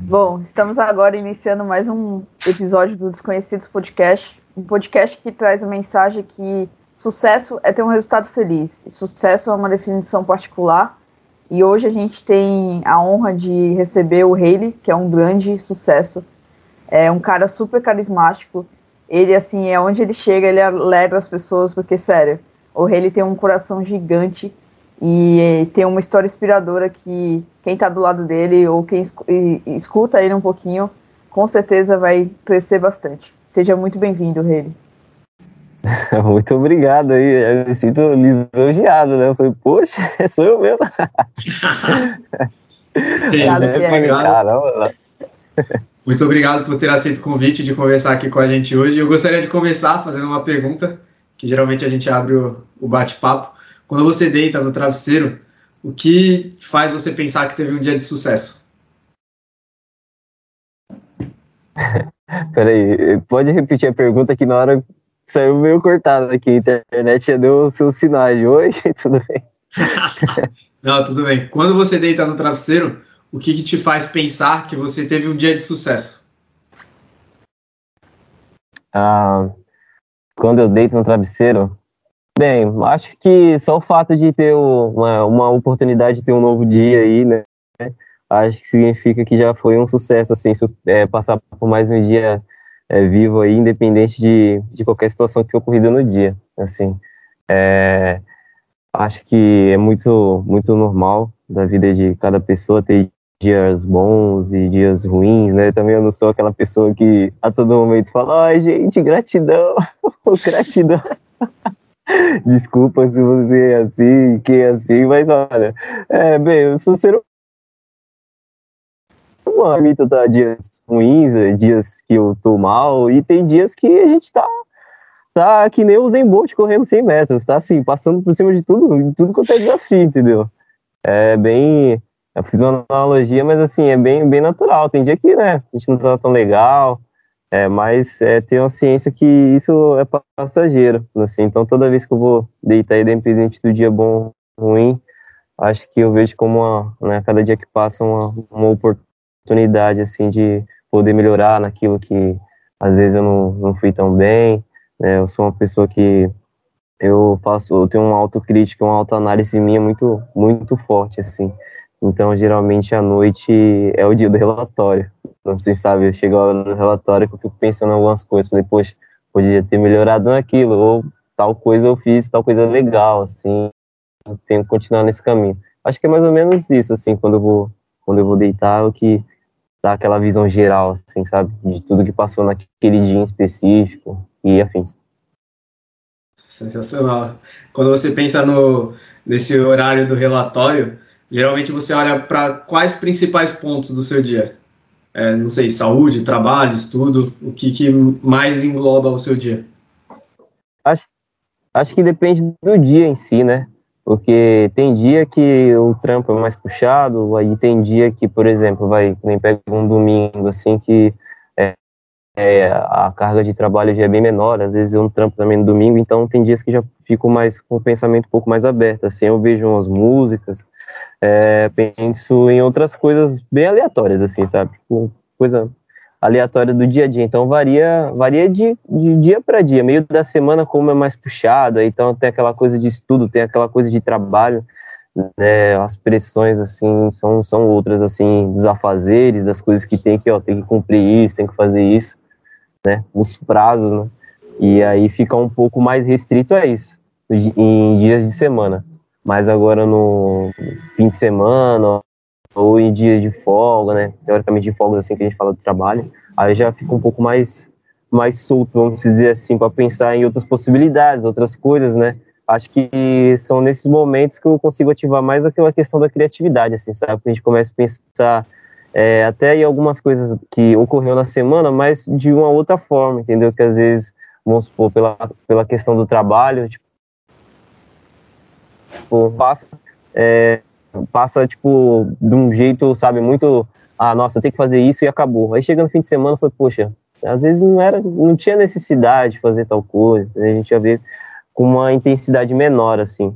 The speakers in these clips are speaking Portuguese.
Bom, estamos agora iniciando mais um episódio do Desconhecidos Podcast, um podcast que traz a mensagem que sucesso é ter um resultado feliz, sucesso é uma definição particular, e hoje a gente tem a honra de receber o Hayley, que é um grande sucesso, é um cara super carismático, ele assim, onde ele chega, ele alegra as pessoas, porque sério, o Hayley tem um coração gigante, e tem uma história inspiradora que quem está do lado dele ou quem escuta ele um pouquinho, com certeza vai crescer bastante. Seja muito bem-vindo, Hayley. Muito obrigado aí, eu me sinto lisonjeado, né? Eu falei, poxa, sou eu mesmo. Caramba. Muito obrigado por ter aceito o convite de conversar aqui com a gente hoje. Eu gostaria de começar fazendo uma pergunta, que geralmente a gente abre o bate-papo. Quando você deita no travesseiro, o que faz você pensar que teve um dia de sucesso? Peraí, pode repetir a pergunta que na hora saiu meio cortada aqui, a internet já deu os seus sinais. Oi, tudo bem? Não, tudo bem. Quando você deita no travesseiro, o que te faz pensar que você teve um dia de sucesso? Quando eu deito no travesseiro, bem, acho que só o fato de ter uma oportunidade de ter um novo dia aí, né? Acho que significa que já foi um sucesso, assim, passar por mais um dia vivo aí, independente de qualquer situação que tenha ocorrido no dia, assim. Acho que é muito, muito normal da vida de cada pessoa ter dias bons e dias ruins, né? Também eu não sou aquela pessoa que a todo momento fala, ai, gente, gratidão, gratidão. Desculpa se você é assim, que é assim, mas olha, bem, eu sou ser humano, então tá dias ruins, dias que eu tô mal, e tem dias que a gente tá que nem o Usain Bolt correndo 100 metros, tá assim, passando por cima de tudo quanto é desafio, entendeu? Eu fiz uma analogia, mas assim, é bem natural, tem dia que, né, a gente não tá tão legal, mas ter uma ciência que isso é passageiro, assim, então toda vez que eu vou deitar, independente do dia bom ou ruim, acho que eu vejo como né, cada dia que passa uma oportunidade, assim, de poder melhorar naquilo que às vezes eu não fui tão bem, né, eu sou uma pessoa que eu tenho uma autocrítica, uma autoanálise minha muito, muito forte, assim, então geralmente à noite é o dia do relatório. Não sei, sabe, eu chego no relatório que eu fico pensando em algumas coisas, falei, poxa, podia ter melhorado naquilo, ou tal coisa eu fiz, tal coisa legal, assim, tenho que continuar nesse caminho. Acho que é mais ou menos isso, assim, quando eu vou deitar, o que dá aquela visão geral, assim, sabe, de tudo que passou naquele dia em específico e afins. Sensacional. Quando você pensa nesse horário do relatório, geralmente você olha para quais principais pontos do seu dia? Não sei, saúde, trabalho, estudo, o que mais engloba o seu dia? Acho que depende do dia em si, né? Porque tem dia que o trampo é mais puxado, aí tem dia que, por exemplo, nem pega um domingo, assim, que a carga de trabalho já é bem menor, às vezes eu não trampo também no domingo, então tem dias que já fico mais com o pensamento um pouco mais aberto, assim, eu vejo umas músicas, penso em outras coisas bem aleatórias, assim, sabe? Tipo, coisa aleatória do dia a dia. Então varia de dia para dia. Meio da semana, como é mais puxado, então tem aquela coisa de estudo, tem aquela coisa de trabalho, né? As pressões assim são outras, assim, dos afazeres, das coisas que tem que cumprir isso, tem que fazer isso, né? Os prazos, né? E aí fica um pouco mais restrito a isso em dias de semana. Mas agora no fim de semana ou em dias de folga, né? Teoricamente de folga, assim, que a gente fala do trabalho, aí já fica um pouco mais solto, vamos dizer assim, para pensar em outras possibilidades, outras coisas, né? Acho que são nesses momentos que eu consigo ativar mais aquela questão da criatividade, assim, sabe? Que a gente começa a pensar até em algumas coisas que ocorreu na semana, mas de uma outra forma, entendeu? Que às vezes, vamos supor, pela questão do trabalho, tipo, passa, tipo, de um jeito, sabe, muito, nossa, eu tenho que fazer isso e acabou. Aí chega no fim de semana, foi, poxa, às vezes não tinha necessidade de fazer tal coisa, a gente ia ver com uma intensidade menor, assim.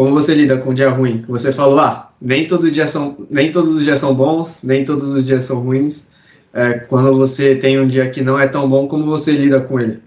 como você lida com o dia ruim? Que você falou, nem todos os dias são bons, nem todos os dias são ruins. Quando você tem um dia que não é tão bom, como você lida com ele?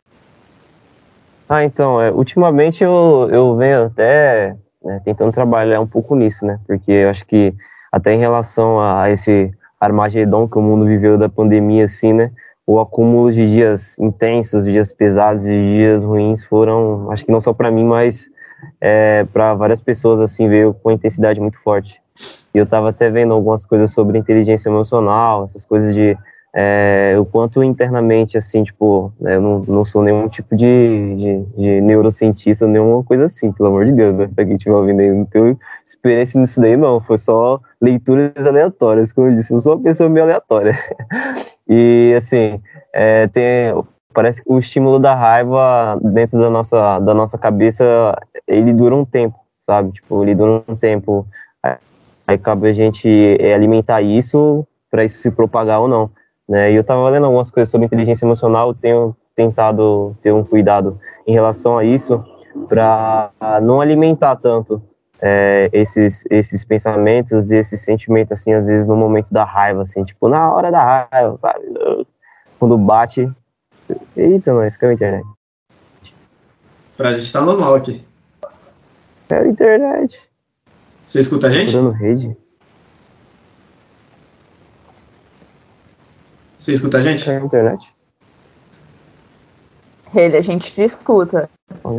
Então, ultimamente eu venho até tentando trabalhar um pouco nisso, né? Porque eu acho que até em relação a esse Armagedon que o mundo viveu da pandemia, assim, né? O acúmulo de dias intensos, de dias pesados, de dias ruins foram, acho que não só para mim, mas para várias pessoas, assim, veio com intensidade muito forte. E eu estava até vendo algumas coisas sobre inteligência emocional, essas coisas de o quanto internamente, assim, tipo, eu não sou nenhum tipo de neurocientista, nenhuma coisa assim, pelo amor de Deus, né? Pra quem estiver ouvindo aí, não tenho experiência nisso daí, não. Foi só leituras aleatórias, como eu disse, eu sou uma pessoa meio aleatória. E, assim, parece que o estímulo da raiva dentro da nossa cabeça, ele dura um tempo, sabe? Tipo, ele dura um tempo. Aí cabe a gente alimentar isso para isso se propagar ou não. Né? E eu estava lendo algumas coisas sobre inteligência emocional, eu tenho tentado ter um cuidado em relação a isso, para não alimentar tanto esses pensamentos e esses sentimentos, assim, às vezes no momento da raiva, assim, tipo, na hora da raiva, sabe? Quando bate. Eita, nós, caiu a internet. Pra gente tá normal aqui. Caiu a internet. Você escuta a gente? Procurando rede. Você escuta a gente? Caiu a internet. Ele, a gente te escuta.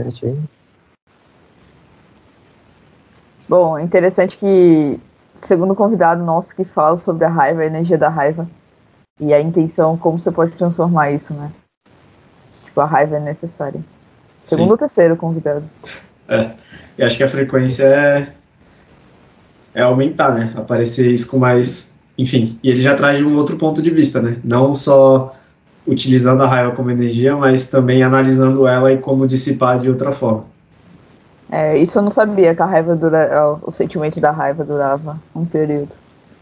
Bom, é interessante que, segundo o convidado nosso que fala sobre a raiva, a energia da raiva, e a intenção, como você pode transformar isso, né? Tipo, a raiva é necessária. Segundo ou terceiro convidado. E acho que a frequência é aumentar, né? Aparecer isso com mais... Enfim, e ele já traz de um outro ponto de vista, né? Não só utilizando a raiva como energia, mas também analisando ela e como dissipar de outra forma. Isso eu não sabia, que o sentimento da raiva durava um período.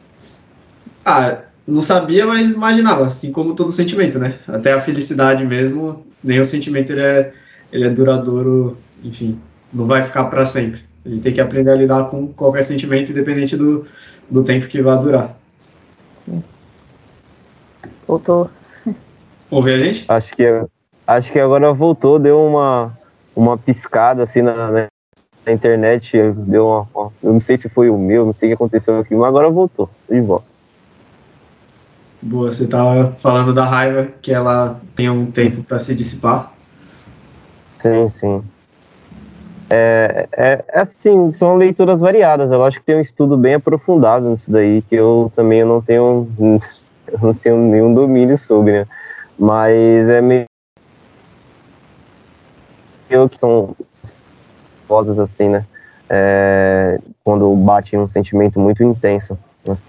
Não sabia, mas imaginava, assim como todo sentimento, né? Até a felicidade mesmo, nenhum sentimento ele é duradouro, enfim, não vai ficar para sempre. A gente tem que aprender a lidar com qualquer sentimento, independente do tempo que vai durar. Sim. Voltou. Ouviu a gente? Acho que agora voltou, deu uma piscada assim na internet, deu eu não sei se foi o meu, não sei o que aconteceu aqui, mas agora voltou, de volta. Boa, você estava falando da raiva, que ela tem um tempo para se dissipar. Sim. Assim, são leituras variadas, eu acho que tem um estudo bem aprofundado nisso daí, que eu também não tenho nenhum domínio sobre, né? Mas é meio que são vozes assim, né? Quando bate um sentimento muito intenso.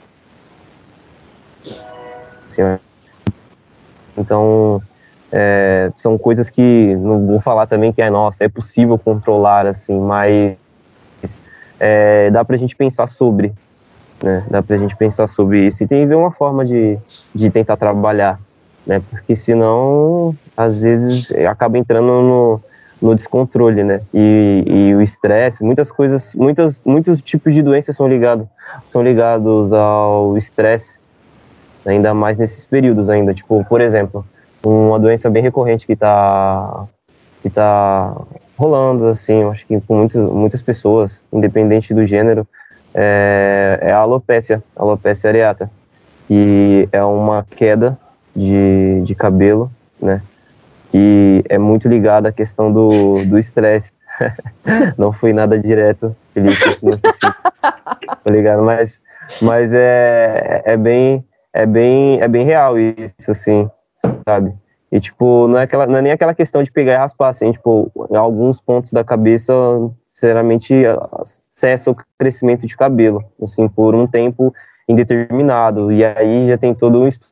Assim, né? Então, são coisas que, não vou falar também que é possível controlar, assim, mas dá pra gente pensar sobre, né? Dá pra gente pensar sobre isso e tem que ver uma forma de tentar trabalhar, né? Porque senão, às vezes, acaba entrando no descontrole, né? E o estresse, muitos tipos de doenças são ligados ao estresse, ainda mais nesses períodos ainda. Tipo, por exemplo, uma doença bem recorrente que tá rolando, assim, eu acho que com muitas pessoas, independente do gênero, é a alopecia areata, que é uma queda de cabelo, né? E é muito ligado à questão do estresse. Não foi nada direto, Felipe, assim, tá ligado? Mas é bem real isso, assim, sabe? E, tipo, não é nem aquela questão de pegar e raspar, assim, tipo, em alguns pontos da cabeça, sinceramente, cessa o crescimento de cabelo, assim, por um tempo indeterminado. E aí já tem todo um estudo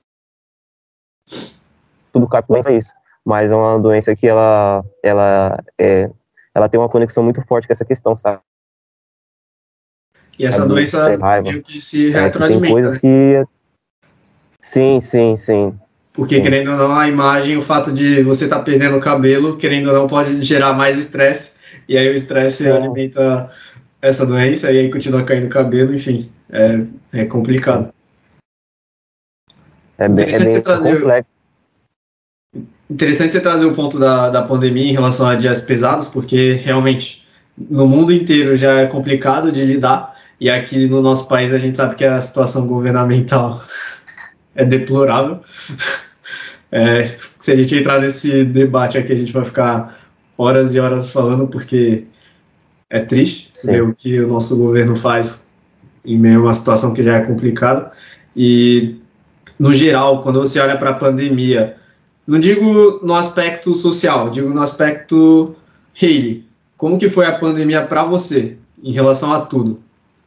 capilar para isso. Mas é uma doença que ela tem uma conexão muito forte com essa questão, sabe? E essa doença meio que se retroalimenta, tem coisas, né? Que... Sim. Porque, querendo ou não, a imagem, o fato de você estar perdendo o cabelo, querendo ou não, pode gerar mais estresse. E aí o estresse alimenta essa doença e aí continua caindo cabelo, enfim, é complicado. É bem complexo. Interessante você trazer o ponto da pandemia em relação a dias pesados, porque realmente no mundo inteiro já é complicado de lidar, e aqui no nosso país a gente sabe que a situação governamental é deplorável. Se a gente entrar nesse debate aqui, a gente vai ficar horas e horas falando, porque é triste ver o que o nosso governo faz em meio a uma situação que já é complicada. E, no geral, quando você olha para a pandemia, não digo no aspecto social, digo no aspecto Hayley. Como que foi a pandemia para você, em relação a tudo?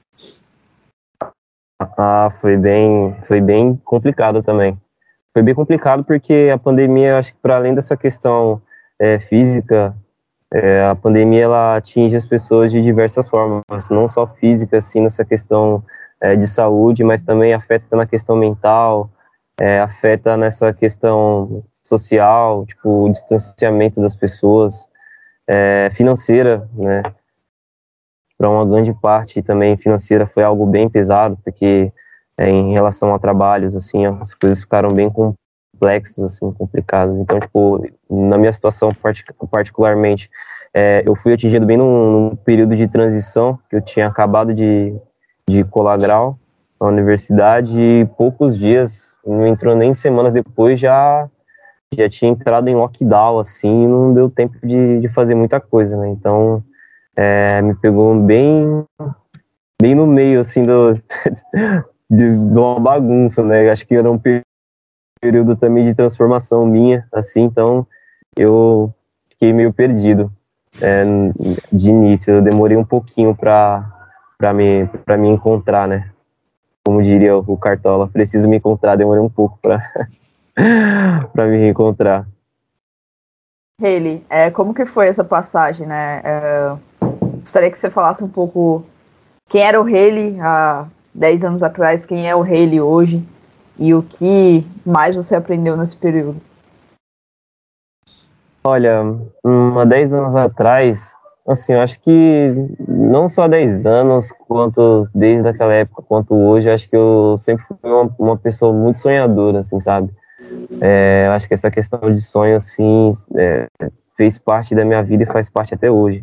Foi bem complicado também. Foi bem complicado porque a pandemia, acho que para além dessa questão física, a pandemia ela atinge as pessoas de diversas formas, não só física, assim, nessa questão de saúde, mas também afeta na questão mental, afeta nessa questão social, tipo, o distanciamento das pessoas, financeira, né? Para uma grande parte também financeira foi algo bem pesado, porque em relação a trabalhos, assim, as coisas ficaram bem complexas, assim, complicadas. Então, tipo, na minha situação particularmente, eu fui atingido bem num período de transição, que eu tinha acabado de colar grau na universidade e poucos dias, não entrou nem semanas depois, já tinha entrado em lockdown, assim, e não deu tempo de fazer muita coisa, né? Então, me pegou bem no meio, assim, de uma bagunça, né? Acho que era um período também de transformação minha, assim, então eu fiquei meio perdido de início. Eu demorei um pouquinho para me encontrar, né? Como diria o Cartola, preciso me encontrar, demorei um pouco para me reencontrar. Hayley, como que foi essa passagem, né? Gostaria que você falasse um pouco quem era o Hayley há 10 anos atrás, quem é o Hayley hoje e o que mais você aprendeu nesse período. Olha, há 10 anos atrás, assim, eu acho que não só 10 anos, quanto desde aquela época, quanto hoje, eu acho que eu sempre fui uma pessoa muito sonhadora, assim, sabe? Eu acho que essa questão de sonho, assim, fez parte da minha vida e faz parte até hoje.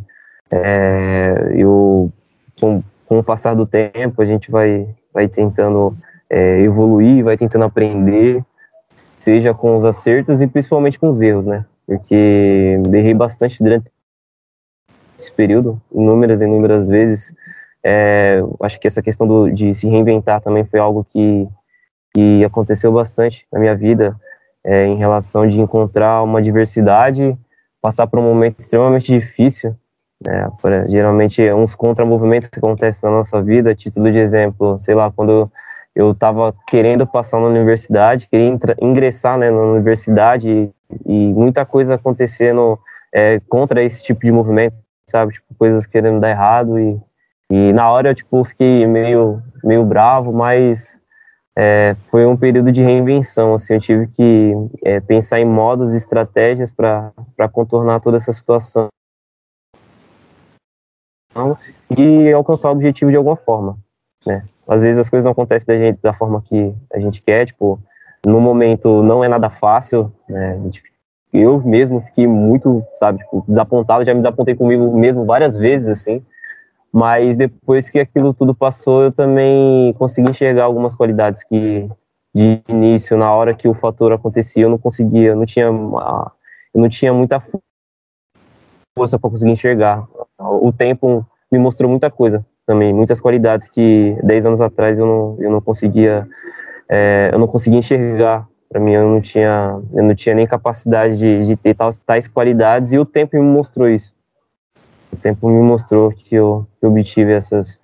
Com o passar do tempo, a gente vai tentando evoluir, vai tentando aprender, seja com os acertos e principalmente com os erros, né? Porque errei bastante durante esse período, inúmeras vezes. Acho que essa questão de se reinventar também foi algo que aconteceu bastante na minha vida, em relação de encontrar uma diversidade, passar por um momento extremamente difícil, né? Geralmente uns contramovimentos que acontecem na nossa vida, título de exemplo, sei lá, quando eu estava querendo passar na universidade, queria ingressar, né, na universidade e muita coisa acontecendo contra esse tipo de movimento, sabe, tipo, coisas querendo dar errado e na hora eu, tipo, fiquei meio bravo, mas foi um período de reinvenção, assim, eu tive que pensar em modos e estratégias para contornar toda essa situação e alcançar o objetivo de alguma forma, né? Às vezes as coisas não acontecem da forma que a gente quer, tipo, no momento não é nada fácil, né? Eu mesmo fiquei muito, sabe, tipo, desapontado, já me desapontei comigo mesmo várias vezes, assim, mas depois que aquilo tudo passou, eu também consegui enxergar algumas qualidades que, de início, na hora que o fator acontecia, eu não conseguia, eu não tinha muita força para conseguir enxergar. O tempo me mostrou muita coisa também, muitas qualidades que 10 anos atrás eu não conseguia enxergar. Para mim, eu não tinha nem capacidade de ter tais qualidades, e o tempo me mostrou isso. O tempo me mostrou que eu obtive essas.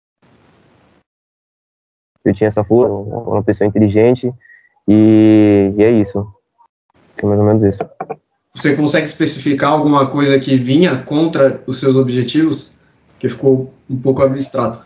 Eu tinha essa força, uma pessoa inteligente, e é isso. É mais ou menos isso. Você consegue especificar alguma coisa que vinha contra os seus objetivos? Que ficou um pouco abstrato.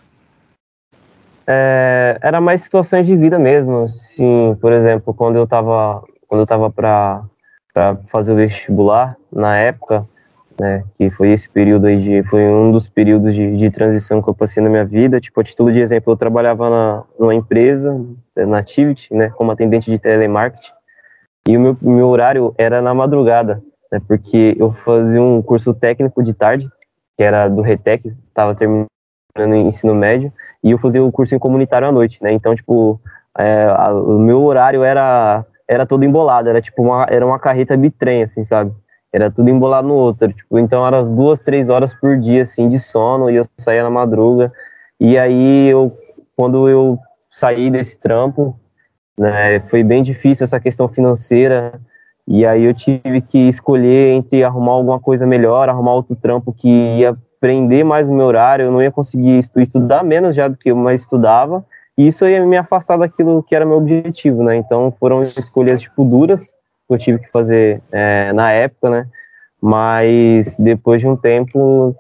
Era mais situações de vida mesmo. Assim, por exemplo, quando eu tava para fazer o vestibular, na época, né, que foi esse período aí foi um dos períodos de transição que eu passei na minha vida. Tipo, a título de exemplo, eu trabalhava numa empresa, na Activity, né, como atendente de telemarketing, e o meu horário era na madrugada, né, porque eu fazia um curso técnico de tarde, que era do RETEC, estava terminando o ensino médio, e eu fazia o curso em comunitário à noite, né, então, tipo, o meu horário era todo embolado, era tipo era uma carreta bitrem, assim, sabe? Era tudo embolado no outro, tipo, então eram as 2, 3 horas por dia, assim, de sono, e eu saía na madruga, e aí quando eu saí desse trampo, né, foi bem difícil essa questão financeira, e aí eu tive que escolher entre arrumar alguma coisa melhor, arrumar outro trampo que ia prender mais o meu horário, eu não ia conseguir estudar menos já do que eu mais estudava, e isso ia me afastar daquilo que era meu objetivo, né, então foram escolhas, tipo, duras, que eu tive que fazer na época, né, mas depois de um tempo,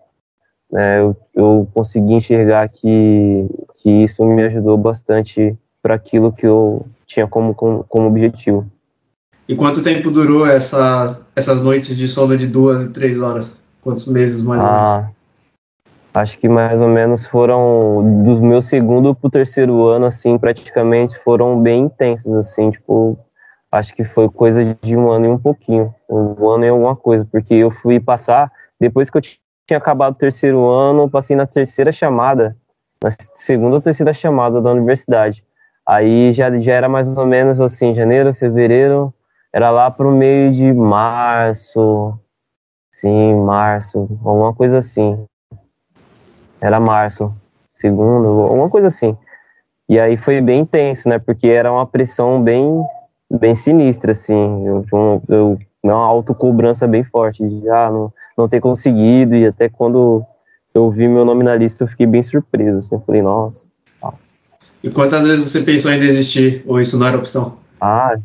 eu consegui enxergar que isso me ajudou bastante para aquilo que eu tinha como objetivo. E quanto tempo durou essas noites de sono de 2 e 3 horas? Quantos meses, mais ou menos? Acho que mais ou menos foram, do meu segundo pro terceiro ano, assim, praticamente foram bem intensos, assim, tipo, acho que foi coisa de um ano e um pouquinho, um ano e alguma coisa, porque eu fui passar, depois que eu tinha acabado o terceiro ano, eu passei na terceira chamada, na segunda ou terceira chamada da universidade. Aí já era mais ou menos assim, janeiro, fevereiro, era lá pro meio de março, sim, março, alguma coisa assim. Era março, segundo, alguma coisa assim. E aí foi bem intenso, né? Porque era uma pressão bem sinistra, assim. Uma autocobrança bem forte de não ter conseguido. E até quando eu vi meu nome na lista, eu fiquei bem surpreso, assim. Eu falei, nossa. E quantas vezes você pensou em desistir? Ou isso não era opção? Ah,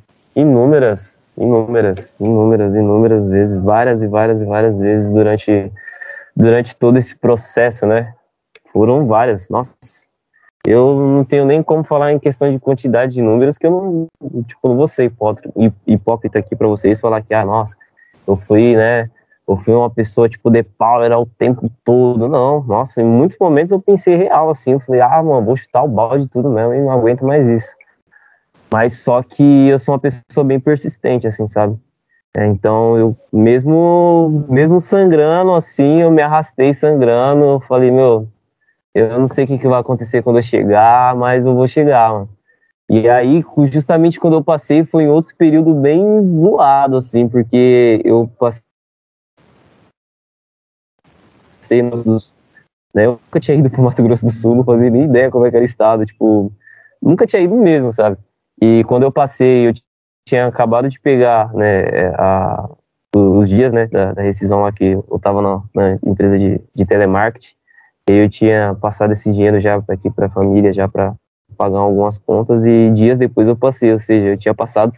inúmeras vezes. Várias e várias e várias vezes durante todo esse processo, né? Foram várias. Nossa. Eu não tenho nem como falar em questão de quantidade de números, que eu não vou ser hipócrita aqui para vocês falar que, nossa, eu fui, né, eu fui uma pessoa, tipo, de power o tempo todo. Não, nossa, em muitos momentos eu pensei real, assim, eu falei, mano, vou chutar o balde de tudo mesmo e não aguento mais isso. Mas só que eu sou uma pessoa bem persistente, assim, sabe? Então, eu mesmo sangrando, assim, eu me arrastei sangrando, eu falei, meu, eu não sei o que vai acontecer quando eu chegar, mas eu vou chegar, mano. E aí, justamente quando eu passei, foi em outro período bem zoado, assim, porque eu passei né, eu nunca tinha ido pro Mato Grosso do Sul, não fazia nem ideia como é que era o estado, tipo, nunca tinha ido mesmo, sabe? E quando eu passei, eu tinha acabado de pegar, né, os dias, né, da rescisão lá que eu tava na empresa de telemarketing. Eu tinha passado esse dinheiro já aqui para a família, já para pagar algumas contas, e dias depois eu passei, ou seja, eu tinha passado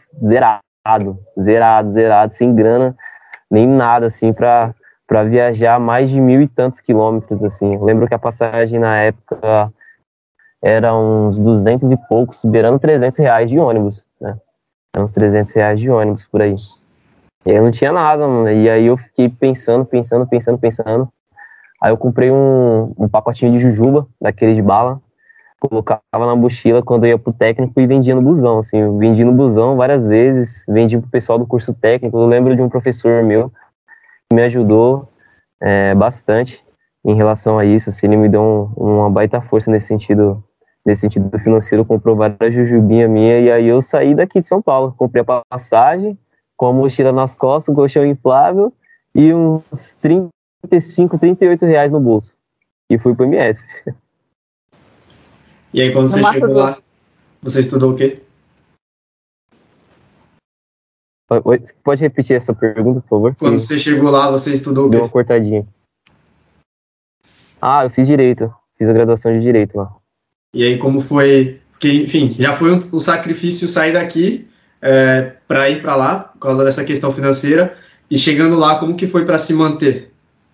zerado, sem grana, nem nada, assim, para viajar mais de 1.000 e tantos quilômetros, assim. Eu lembro que a passagem na época era uns 200 e poucos, beirando R$ 300 de ônibus, né? Era uns R$ 300 de ônibus por aí. E aí eu não tinha nada, mano. E aí eu fiquei pensando. Aí eu comprei um pacotinho de jujuba, daquele de bala, colocava na mochila quando eu ia pro técnico e vendia no busão, assim, eu vendi no busão várias vezes, vendi pro pessoal do curso técnico. Eu lembro de um professor meu que me ajudou bastante em relação a isso, assim, ele me deu uma baita força nesse sentido financeiro, comprou várias jujubinhas minha, e aí eu saí daqui de São Paulo, comprei a passagem, com a mochila nas costas, um colchão inflável e uns 35, R$ 38 no bolso. E fui pro MS. E aí, quando No você Mato chegou lá, Grosso. você estudou o quê? Pode repetir essa pergunta, por favor? Quando Que você chegou lá, você estudou o deu uma quê? cortadinha. Eu fiz direito. Fiz a graduação de direito lá. E aí, como foi? Porque, enfim, já foi um sacrifício sair daqui para ir para lá, por causa dessa questão financeira. E chegando lá, como que foi para se manter?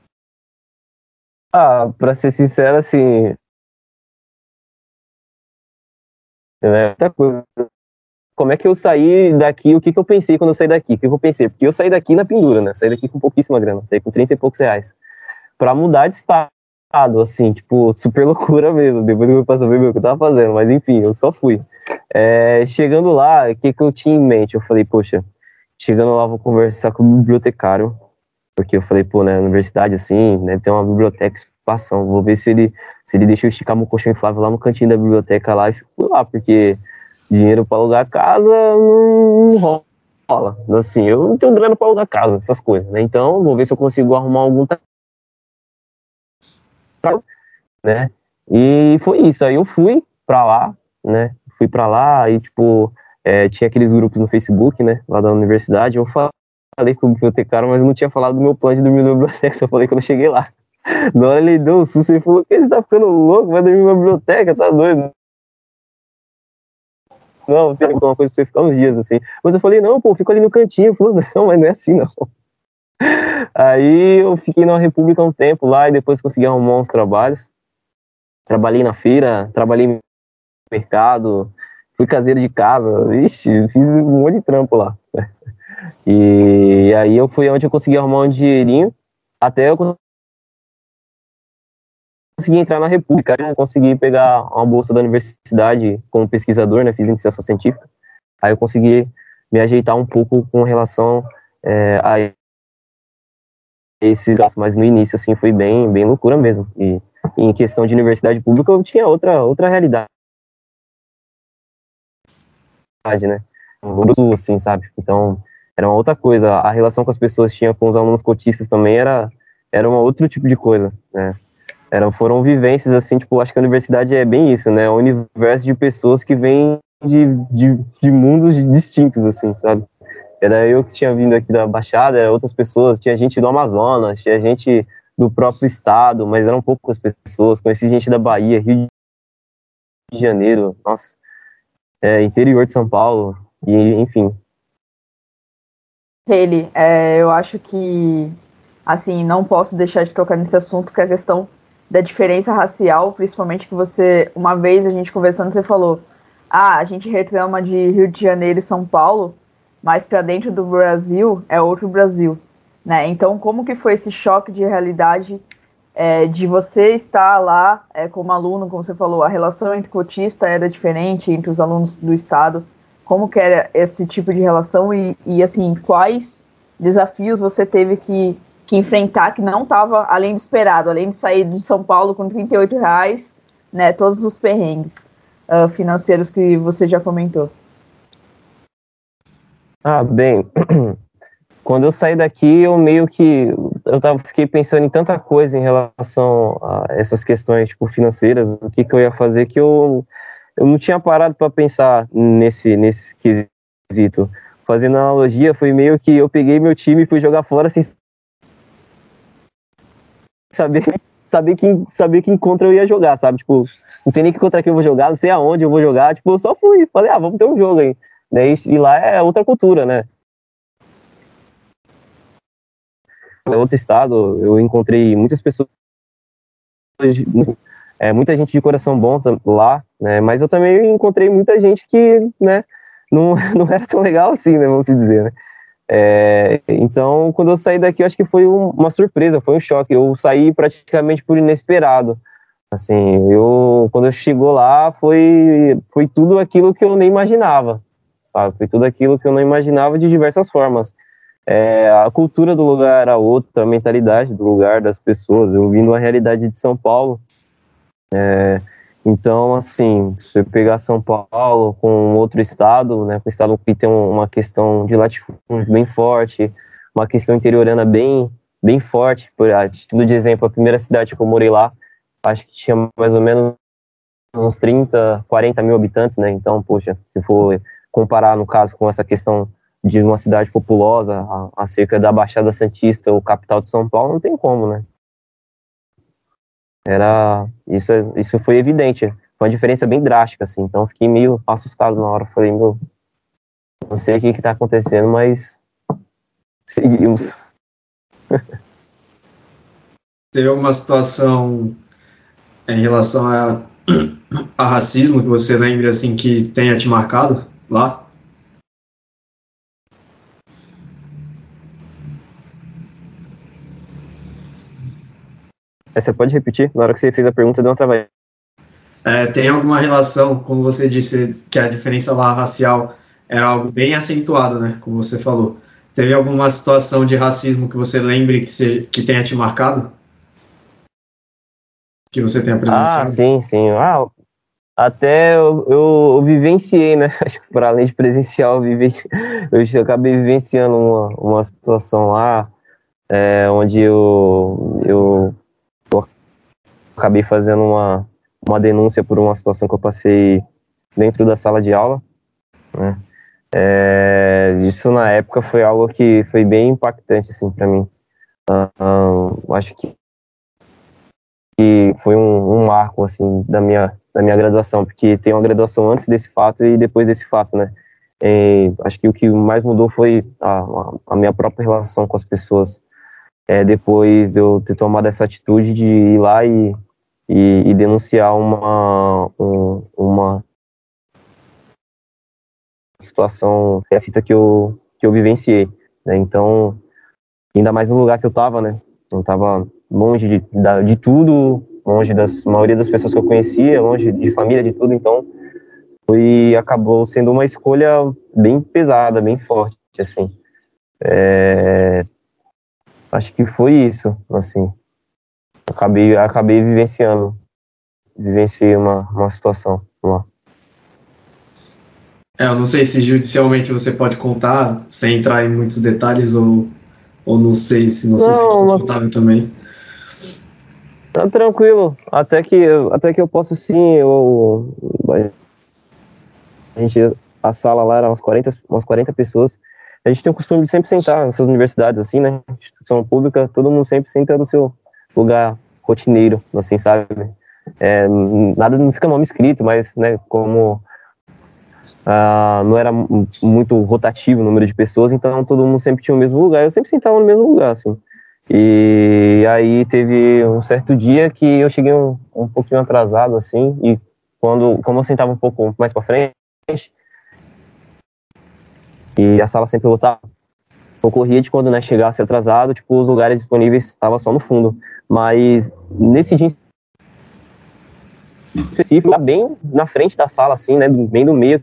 Pra ser sincero, assim, é muita coisa. como é que eu saí daqui, o que eu pensei quando eu saí daqui, o que eu pensei, porque eu saí daqui na pendura, né, saí daqui com pouquíssima grana, saí com 30 e poucos reais, pra mudar de estado, assim, tipo, super loucura mesmo, depois eu fui saber o que eu tava fazendo, mas enfim, eu só fui. Chegando lá, o que eu tinha em mente? Eu falei, poxa, chegando lá vou conversar com o bibliotecário, porque eu falei, pô, né, universidade assim, deve ter uma biblioteca espação, vou ver se ele deixa eu esticar meu colchão inflável lá no cantinho da biblioteca lá e fico lá, porque dinheiro pra alugar casa não rola, assim, eu não tenho grana pra alugar casa, essas coisas, né, então vou ver se eu consigo arrumar algum trabalho, né, e foi isso, aí eu fui pra lá, né, e tipo, tinha aqueles grupos no Facebook, né, lá da universidade, eu falei com o bibliotecário, mas eu não tinha falado do meu plano de dormir na biblioteca, só falei quando eu cheguei lá. Na hora ele deu um susto e falou, que você tá ficando louco, vai dormir na biblioteca, tá doido? Não, tem alguma coisa pra você ficar uns dias, assim. Mas eu falei, não, pô, fico ali no cantinho. Ele falou, não, mas não é assim, não. Aí eu fiquei na República um tempo lá e depois consegui arrumar uns trabalhos. Trabalhei na feira, trabalhei no mercado, fui caseiro de casa, ixi, fiz um monte de trampo lá. E aí eu fui onde eu consegui arrumar um dinheirinho, até eu consegui entrar na República, eu consegui pegar uma bolsa da universidade como pesquisador, né, fiz iniciação científica, aí eu consegui me ajeitar um pouco com relação a esses gastos, mas no início, assim, foi bem loucura mesmo, e em questão de universidade pública eu tinha outra realidade, né, assim, sabe, então era uma outra coisa, a relação que as pessoas tinham com os alunos cotistas também era um outro tipo de coisa, né. Foram vivências, assim, tipo, acho que a universidade é bem isso, né, um universo de pessoas que vêm de mundos distintos, assim, sabe. Era eu que tinha vindo aqui da Baixada, eram outras pessoas, tinha gente do Amazonas, tinha gente do próprio estado, mas eram poucas pessoas, conheci gente da Bahia, Rio de Janeiro, nossa, interior de São Paulo, e enfim. Eu acho que, assim, não posso deixar de tocar nesse assunto, que é a questão da diferença racial, principalmente que você, uma vez a gente conversando, você falou, a gente reclama de Rio de Janeiro e São Paulo, mas para dentro do Brasil é outro Brasil, né? Então, como que foi esse choque de realidade de você estar lá como aluno, como você falou, a relação entre cotista era diferente entre os alunos do estado, como que era esse tipo de relação e assim, quais desafios você teve que enfrentar que não estava além do esperado, além de sair de São Paulo com R$ 38, né, todos os perrengues financeiros que você já comentou. Bem, quando eu saí daqui, eu meio que fiquei pensando em tanta coisa em relação a essas questões tipo, financeiras, o que eu ia fazer, que eu não tinha parado para pensar nesse quesito. Fazendo analogia, foi meio que eu peguei meu time e fui jogar fora sem saber que encontro eu ia jogar, sabe? Tipo, não sei nem que contra quem eu vou jogar, não sei aonde eu vou jogar, tipo, eu só fui, falei, vamos ter um jogo aí. E lá é outra cultura, né? É outro estado, eu encontrei muitas pessoas, muita gente de coração bom lá, né? Mas eu também encontrei muita gente que, né, não era tão legal assim, né? Vamos dizer, né? Então, quando eu saí daqui, eu acho que foi uma surpresa, foi um choque. Eu saí praticamente por inesperado. Assim, quando eu chegou lá, foi tudo aquilo que eu nem imaginava, sabe? Foi tudo aquilo que eu não imaginava de diversas formas. A cultura do lugar era outra, a mentalidade do lugar, das pessoas. Eu vim de uma realidade de São Paulo. Então, assim, se você pegar São Paulo com outro estado, né, com um estado que tem uma questão de latifúndio bem forte, uma questão interiorana bem forte, a título de exemplo, a primeira cidade que eu morei lá, acho que tinha mais ou menos uns 30, 40 mil habitantes, né, então, poxa, se for comparar, no caso, com essa questão de uma cidade populosa, acerca da Baixada Santista, ou capital de São Paulo, não tem como, né. Isso foi evidente, foi uma diferença bem drástica, assim, então eu fiquei meio assustado na hora, falei, não sei o que tá acontecendo, mas seguimos. Teve alguma situação em relação a racismo que você lembre, assim, que tenha te marcado lá? Você pode repetir? Na hora que você fez a pergunta, deu uma travada. Tem alguma relação, como você disse, que a diferença lá racial era algo bem acentuado, né? Como você falou. Teve alguma situação de racismo que você lembre que tenha te marcado? Que você tenha presenciado? Sim. Até eu vivenciei, né? Acho que para além de presencial, eu acabei vivenciando uma situação lá, onde eu acabei fazendo uma denúncia por uma situação que eu passei dentro da sala de aula, né? Isso na época foi algo que foi bem impactante, assim, para mim. Acho que foi um marco, assim, da minha graduação, porque tem uma graduação antes desse fato e depois desse fato, né? Acho que o que mais mudou foi a minha própria relação com as pessoas, depois de eu ter tomado essa atitude de ir lá e denunciar uma situação racista que eu vivenciei, né? Então, ainda mais no lugar que eu estava, né? Eu estava longe de tudo, longe da maioria das pessoas que eu conhecia, longe de família, de tudo, então acabou sendo uma escolha bem pesada, bem forte, assim. Acho que foi isso, assim. Acabei vivenciei uma situação lá. Eu não sei se judicialmente você pode contar, sem entrar em muitos detalhes, ou não sei se não se sente confortável também. Tá tranquilo, até que eu posso sim, a sala lá era umas 40 pessoas, a gente tem o costume de sempre sentar nessas universidades assim, né, instituição pública, todo mundo sempre senta no seu lugar rotineiro, assim, sabe, nada, não fica nome escrito, mas, né, como não era muito rotativo o número de pessoas, então todo mundo sempre tinha o mesmo lugar, eu sempre sentava no mesmo lugar, assim. E aí teve um certo dia que eu cheguei um pouquinho atrasado, assim, e como eu sentava um pouco mais pra frente, e a sala sempre lotava, eu corria de quando, né, chegasse atrasado, tipo, os lugares disponíveis estavam só no fundo. Mas nesse dia específico, lá bem na frente da sala, assim, né, bem do meio,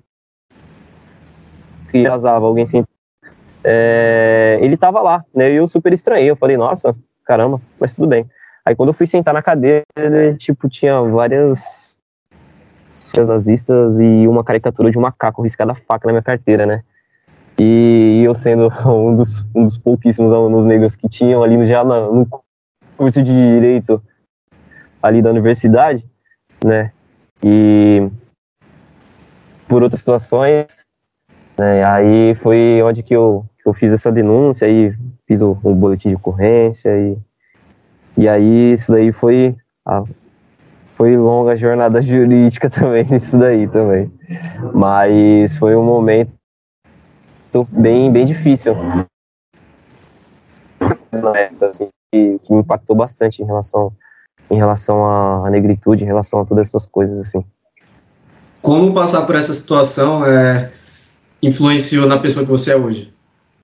que atrasava alguém sentar, ele tava lá, né, e eu super estranhei, eu falei, nossa, caramba, mas tudo bem. Aí quando eu fui sentar na cadeira, tipo, tinha várias nazistas e uma caricatura de um macaco riscada a faca na minha carteira, né. E eu sendo um dos pouquíssimos alunos negros que tinham ali já no curso de Direito ali da universidade, né, e por outras situações, né, aí foi onde que eu fiz essa denúncia, aí fiz o boletim de ocorrência, e aí isso daí foi longa jornada jurídica também, isso daí também, mas foi um momento bem, bem difícil, na época, assim, que me impactou bastante em relação à negritude, em relação a todas essas coisas, assim. Como passar por essa situação influenciou na pessoa que você é hoje?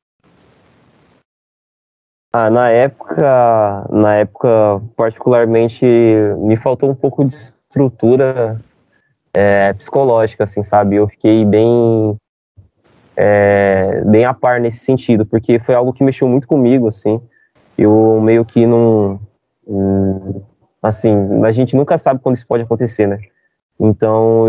Na época, particularmente, me faltou um pouco de estrutura psicológica, assim, sabe? Eu fiquei bem a par nesse sentido, porque foi algo que mexeu muito comigo, assim. Eu meio que não... assim, a gente nunca sabe quando isso pode acontecer, né? Então,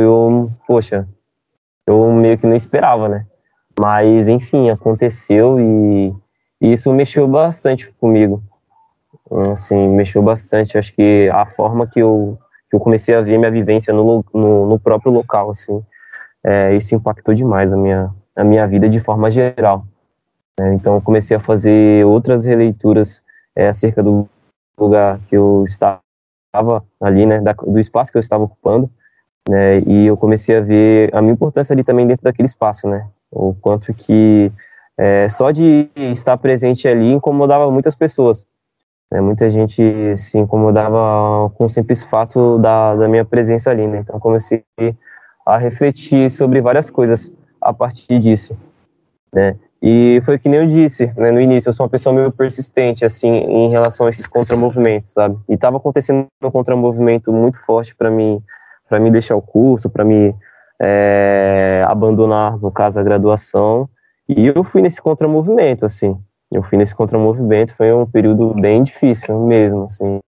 eu meio que não esperava, né? Mas, enfim, aconteceu e isso mexeu bastante comigo. Assim, mexeu bastante. Acho que a forma que eu comecei a ver minha vivência no próprio local, assim, isso impactou demais a minha vida de forma geral. Então, eu comecei a fazer outras releituras acerca do lugar que eu estava ali, né, do espaço que eu estava ocupando, né, e eu comecei a ver a minha importância ali também dentro daquele espaço, né, o quanto que só de estar presente ali incomodava muitas pessoas, né, muita gente se incomodava com o simples fato da minha presença ali, né, então eu comecei a refletir sobre várias coisas a partir disso, né, E foi que nem eu disse, né, no início, eu sou uma pessoa meio persistente, assim, em relação a esses contramovimentos, sabe? E estava acontecendo um contramovimento muito forte para mim deixar o curso, para me abandonar, no caso, a graduação. E eu fui nesse contramovimento, assim. Foi um período bem difícil mesmo, assim.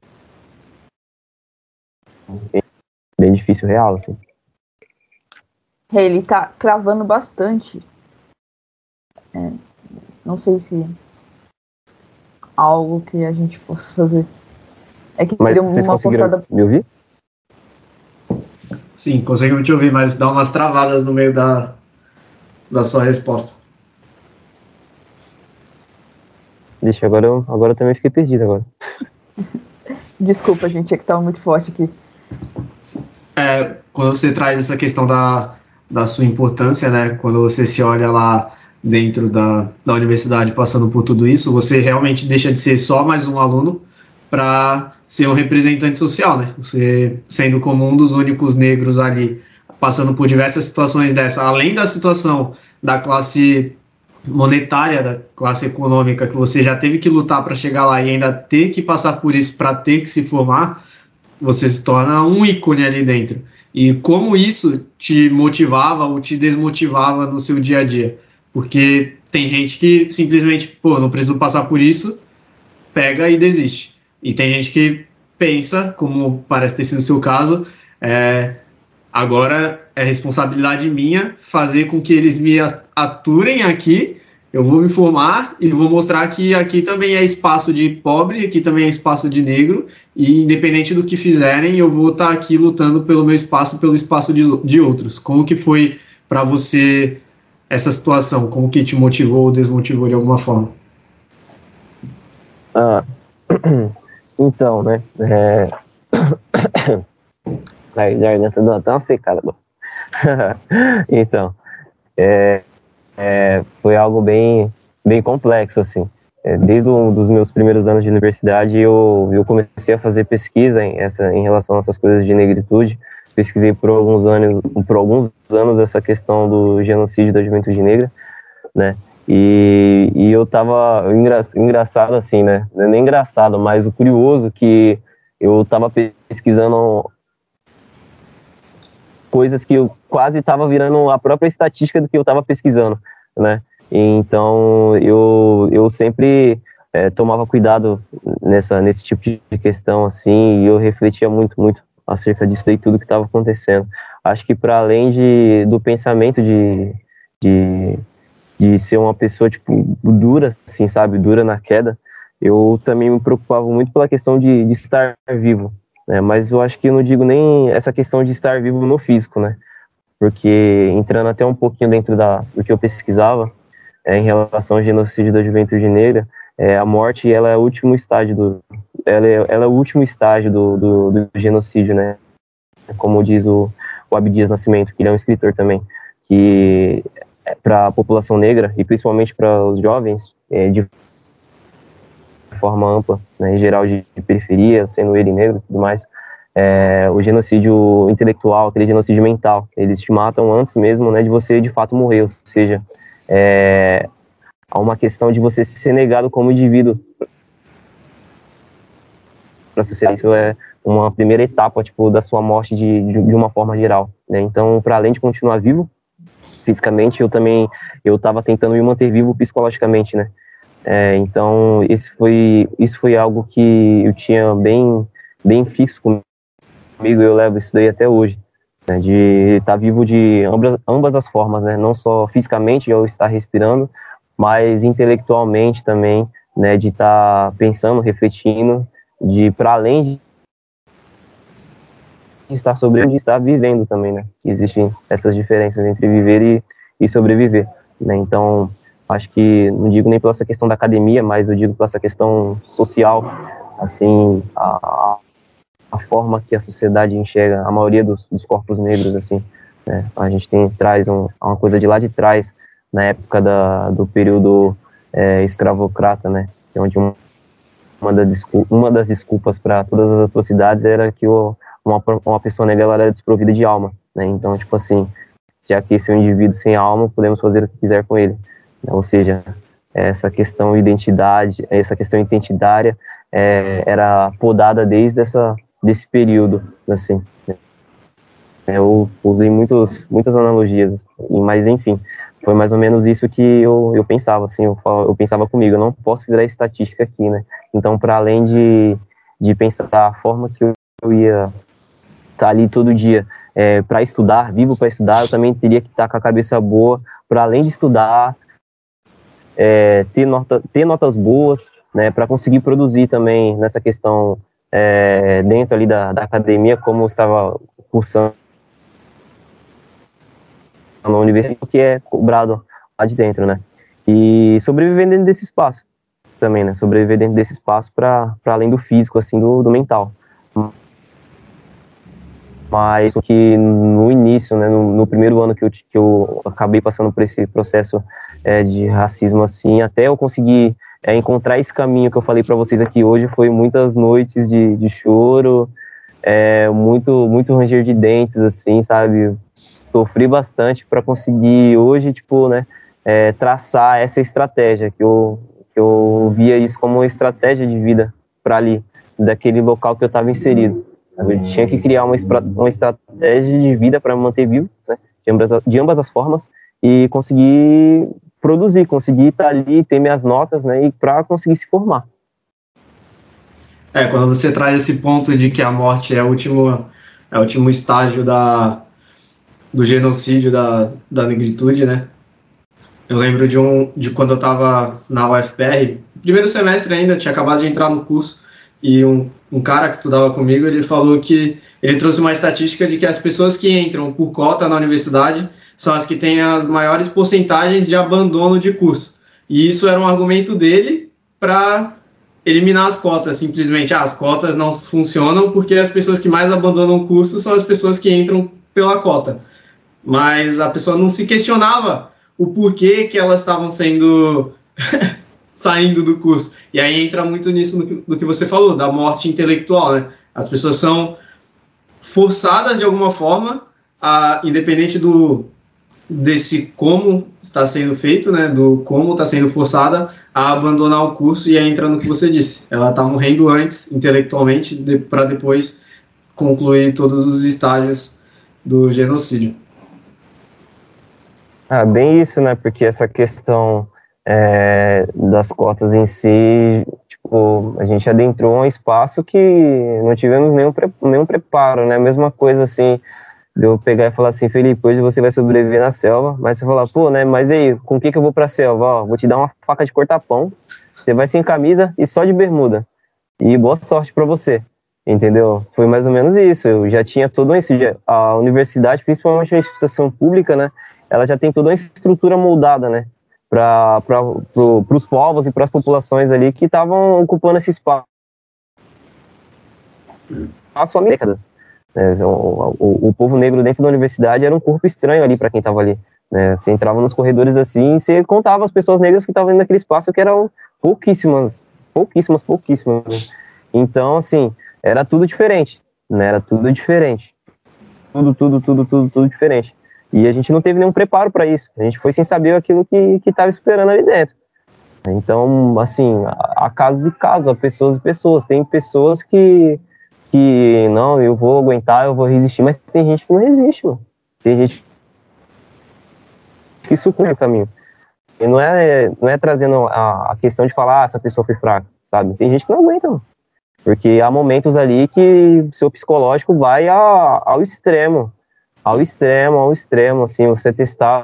Bem difícil, real, assim. Ele tá cravando bastante. Não sei se algo que a gente possa fazer. É que Mas vocês conseguiram me ouvir? Sim, conseguimos te ouvir, mas dá umas travadas no meio da sua resposta. Deixa, agora eu também fiquei perdido agora. Desculpa, gente, é que tava muito forte aqui. Quando você traz essa questão da sua importância, né? Quando você se olha lá dentro da universidade passando por tudo isso, você realmente deixa de ser só mais um aluno para ser um representante social, né? Você sendo como um dos únicos negros ali, passando por diversas situações dessa, além da situação da classe monetária, da classe econômica, que você já teve que lutar para chegar lá e ainda ter que passar por isso para ter que se formar, você se torna um ícone ali dentro. E como isso te motivava ou te desmotivava no seu dia a dia? Porque tem gente que simplesmente, não preciso passar por isso, pega e desiste. E tem gente que pensa, como parece ter sido o seu caso, agora é responsabilidade minha fazer com que eles me aturem aqui, eu vou me formar e vou mostrar que aqui também é espaço de pobre, aqui também é espaço de negro, e independente do que fizerem, eu vou estar aqui lutando pelo meu espaço, pelo espaço de outros. Como que foi para você essa situação? Como que te motivou ou desmotivou de alguma forma? Então, né, a garganta deu até uma secada. Então, foi algo bem complexo, assim. Desde dos meus primeiros anos de universidade, eu comecei a fazer pesquisa em relação a essas coisas de negritude. Pesquisei por alguns anos essa questão do genocídio da juventude negra, né? E eu tava engraçado assim, né? Não é nem engraçado, mas o curioso que eu tava pesquisando coisas que eu quase estava virando a própria estatística do que eu estava pesquisando, né? Então eu sempre tomava cuidado nesse tipo de questão, assim, e eu refletia muito acerca disso daí, tudo que estava acontecendo. Acho que para além do pensamento de ser uma pessoa, tipo, dura, assim, sabe, dura na queda, eu também me preocupava muito pela questão de estar vivo, né? Mas eu acho que eu não digo nem essa questão de estar vivo no físico, né? Porque entrando até um pouquinho dentro do que eu pesquisava, em relação ao genocídio da juventude negra, a morte, ela é o último estágio ela é o último estágio do genocídio, né? Como diz o Abdias Nascimento, que ele é um escritor também, que para a população negra, e principalmente para os jovens, de forma ampla, né, em geral de periferia, sendo ele negro e tudo mais, o genocídio intelectual, aquele genocídio mental, eles te matam antes mesmo, né, de você de fato morrer, ou seja, há uma questão de você ser negado como indivíduo para a sociedade. Isso é uma primeira etapa, tipo, da sua morte de uma forma geral, né? Então, para além de continuar vivo fisicamente, eu estava tentando me manter vivo psicologicamente, né? Então, isso foi algo que eu tinha bem fixo comigo, eu levo isso daí até hoje, né? De estar vivo de ambas as formas, né? Não só fisicamente, eu estar respirando, mas intelectualmente também, né? De estar pensando, refletindo, de para além de estar sobrevivendo, de estar vivendo também, né? Existem essas diferenças entre viver e sobreviver, né? Então, acho que, não digo nem pela essa questão da academia, mas eu digo pela essa questão social, assim, a forma que a sociedade enxerga a maioria dos corpos negros, assim, né? A gente traz uma coisa de lá de trás, na época do período escravocrata, né? Onde uma das desculpas para todas as atrocidades era que uma pessoa negra ela era desprovida de alma, né? Então, tipo assim, já que esse é um indivíduo sem alma, podemos fazer o que quiser com ele. Ou seja, essa questão identitária era podada desde desse período, assim. Eu usei muitas analogias, mas enfim, foi mais ou menos isso que eu pensava, assim, eu pensava comigo, eu não posso virar estatística aqui, né? Então, para além de pensar a forma que eu ia estar ali todo dia para estudar, vivo para estudar, eu também teria que estar com a cabeça boa, para além de estudar, ter notas boas, né, para conseguir produzir também nessa questão dentro ali da academia, como eu estava cursando na universidade, que é cobrado lá de dentro, né? E sobreviver dentro desse espaço também, né? Sobreviver dentro desse espaço para além do físico, assim, do mental. Mas que no início, né, no primeiro ano que eu acabei passando por esse processo de racismo, assim, até eu conseguir encontrar esse caminho que eu falei para vocês aqui hoje, foi muitas noites de choro, muito ranger de dentes, assim, sabe? Sofri bastante para conseguir hoje, tipo, né, traçar essa estratégia, que eu via isso como uma estratégia de vida para ali, daquele local que eu estava inserido. Eu tinha que criar uma estratégia de vida para me manter vivo, né, de ambas as formas, e conseguir produzir, conseguir estar ali, ter minhas notas, né, e para conseguir se formar. Quando você traz esse ponto de que a morte é o último estágio do genocídio da negritude, né? Eu lembro de quando eu estava na UFPR, primeiro semestre ainda, eu tinha acabado de entrar no curso, e um cara que estudava comigo, ele falou que ele trouxe uma estatística de que as pessoas que entram por cota na universidade são as que têm as maiores porcentagens de abandono de curso. E isso era um argumento dele para eliminar as cotas, simplesmente. As cotas não funcionam porque as pessoas que mais abandonam o curso são as pessoas que entram pela cota. Mas a pessoa não se questionava o porquê que elas estavam sendo saindo do curso. E aí entra muito nisso do que você falou, da morte intelectual, né? As pessoas são forçadas de alguma forma, independente desse como está sendo feito, né? Do como está sendo forçada a abandonar o curso, e aí entra no que você disse. Ela está morrendo antes, intelectualmente, para depois concluir todos os estágios do genocídio. Bem isso, né? Porque essa questão das cotas em si, tipo, a gente adentrou um espaço que não tivemos nenhum preparo, né? Mesma coisa assim, de eu pegar e falar assim, Felipe, hoje você vai sobreviver na selva, mas você falar, pô, né? Mas aí, com o que eu vou pra selva? Ó, vou te dar uma faca de cortar pão, você vai sem camisa e só de bermuda. E boa sorte pra você. Entendeu? Foi mais ou menos isso. Eu já tinha todo isso. A universidade, principalmente a instituição pública, né? Ela já tem toda uma estrutura moldada, né? Para os povos e para as populações ali que estavam ocupando esse espaço há décadas. O povo negro dentro da universidade era um corpo estranho ali para quem estava ali. Né? Você entrava nos corredores assim e você contava as pessoas negras que estavam naquele espaço, que eram pouquíssimas. Né? Então, assim, era tudo diferente. Né? Era tudo diferente. Tudo diferente. E a gente não teve nenhum preparo para isso. A gente foi sem saber aquilo que estava esperando ali dentro. Então, assim, há casos e casos, há pessoas e pessoas. Tem pessoas que não, eu vou aguentar, eu vou resistir, mas tem gente que não resiste, mano. Tem gente que sucumbe no caminho. E não é trazendo a questão de falar, essa pessoa foi fraca, sabe? Tem gente que não aguenta, mano. Porque há momentos ali que seu psicológico vai ao extremo, assim, você testar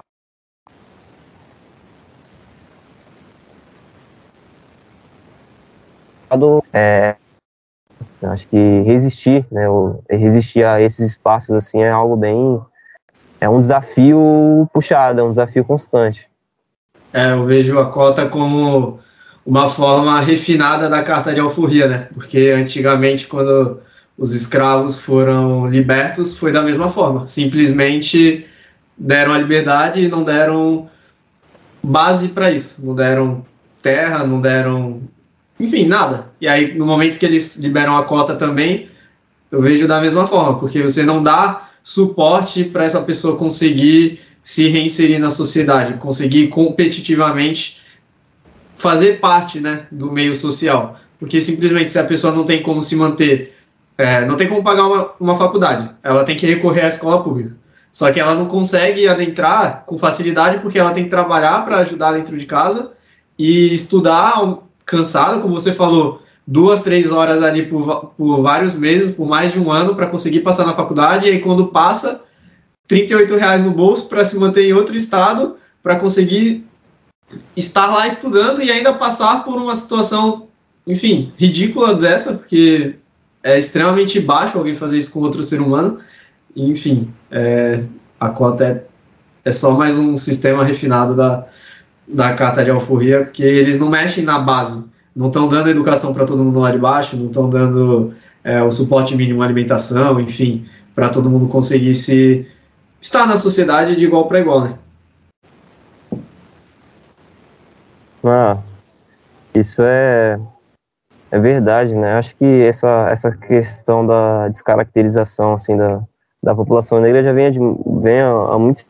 acho que resistir, né, resistir a esses espaços, assim, é algo é um desafio puxado, é um desafio constante. Eu vejo a cota como uma forma refinada da carta de alforria, né, porque antigamente, quando os escravos foram libertos, foi da mesma forma, simplesmente deram a liberdade e não deram base para isso, não deram terra, não deram, enfim, nada. E aí, no momento que eles liberam a cota também, eu vejo da mesma forma, porque você não dá suporte para essa pessoa conseguir se reinserir na sociedade, conseguir competitivamente fazer parte, né, do meio social. Porque simplesmente se a pessoa não tem como se manter, não tem como pagar uma faculdade, ela tem que recorrer à escola pública. Só que ela não consegue adentrar com facilidade porque ela tem que trabalhar para ajudar dentro de casa e estudar cansada, como você falou, 2, 3 horas ali por vários meses, por mais de um ano, para conseguir passar na faculdade, e aí quando passa, R$ 38 no bolso para se manter em outro estado, para conseguir estar lá estudando e ainda passar por uma situação, enfim, ridícula dessa, porque é extremamente baixo alguém fazer isso com outro ser humano. Enfim, a cota é só mais um sistema refinado da carta de alforria, porque eles não mexem na base, não estão dando educação para todo mundo lá de baixo, não estão dando o suporte mínimo à alimentação, enfim, para todo mundo conseguir estar na sociedade de igual para igual, né? Isso é verdade, né? Acho que essa questão da descaracterização assim, da população negra já vem há muito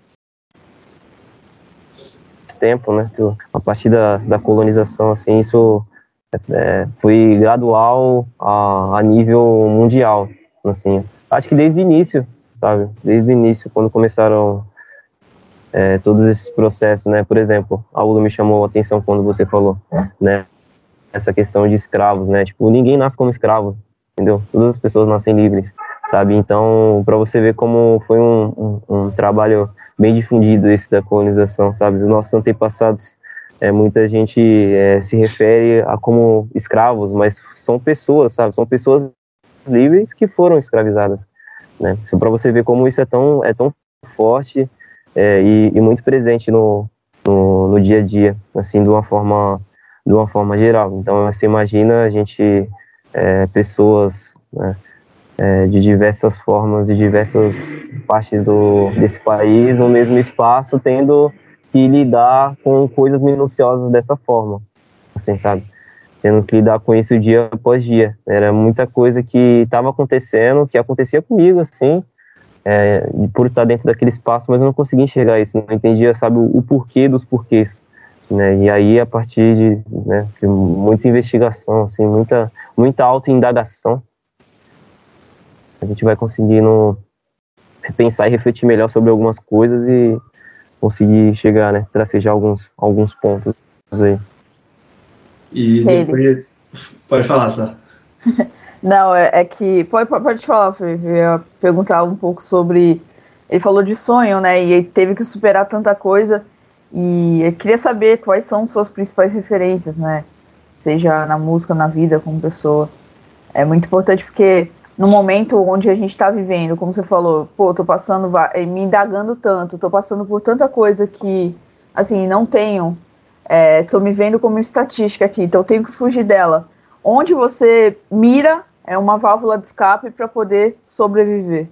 tempo, né? A partir da colonização, assim, isso foi gradual a nível mundial, assim. Acho que desde o início, sabe? Desde o início, quando começaram todos esses processos, né? Por exemplo, algo me chamou a atenção quando você falou, né? Essa questão de escravos, né? Tipo, ninguém nasce como escravo, entendeu? Todas as pessoas nascem livres, sabe? Então, para você ver como foi um trabalho bem difundido esse da colonização, sabe? Os nossos antepassados, muita gente se refere a como escravos, mas são pessoas, sabe? São pessoas livres que foram escravizadas, né? Só para você ver como isso é tão forte e muito presente no dia a dia, assim, de uma forma geral. Então, você imagina a gente, pessoas, né, de diversas formas, de diversas partes desse país, no mesmo espaço, tendo que lidar com coisas minuciosas dessa forma, assim, sabe? Tendo que lidar com isso dia após dia. Era muita coisa que estava acontecendo, que acontecia comigo, assim, por estar dentro daquele espaço, mas eu não conseguia enxergar isso, não entendia, sabe, o porquê dos porquês, né? E aí, a partir de muita investigação, assim, muita autoindagação, a gente vai conseguindo pensar e refletir melhor sobre algumas coisas e conseguir chegar, né, tracejar alguns pontos aí. E depois... Pode falar, Sá. Não, é que... Pode falar, Felipe. Eu ia perguntar um pouco sobre... Ele falou de sonho, né? E ele teve que superar tanta coisa. E eu queria saber quais são suas principais referências, né? Seja na música, na vida, como pessoa. É muito importante porque no momento onde a gente está vivendo, como você falou, pô, tô passando, me indagando tanto, tô passando por tanta coisa que, assim, não tenho... tô me vendo como estatística aqui, então eu tenho que fugir dela. Onde você mira é uma válvula de escape para poder sobreviver.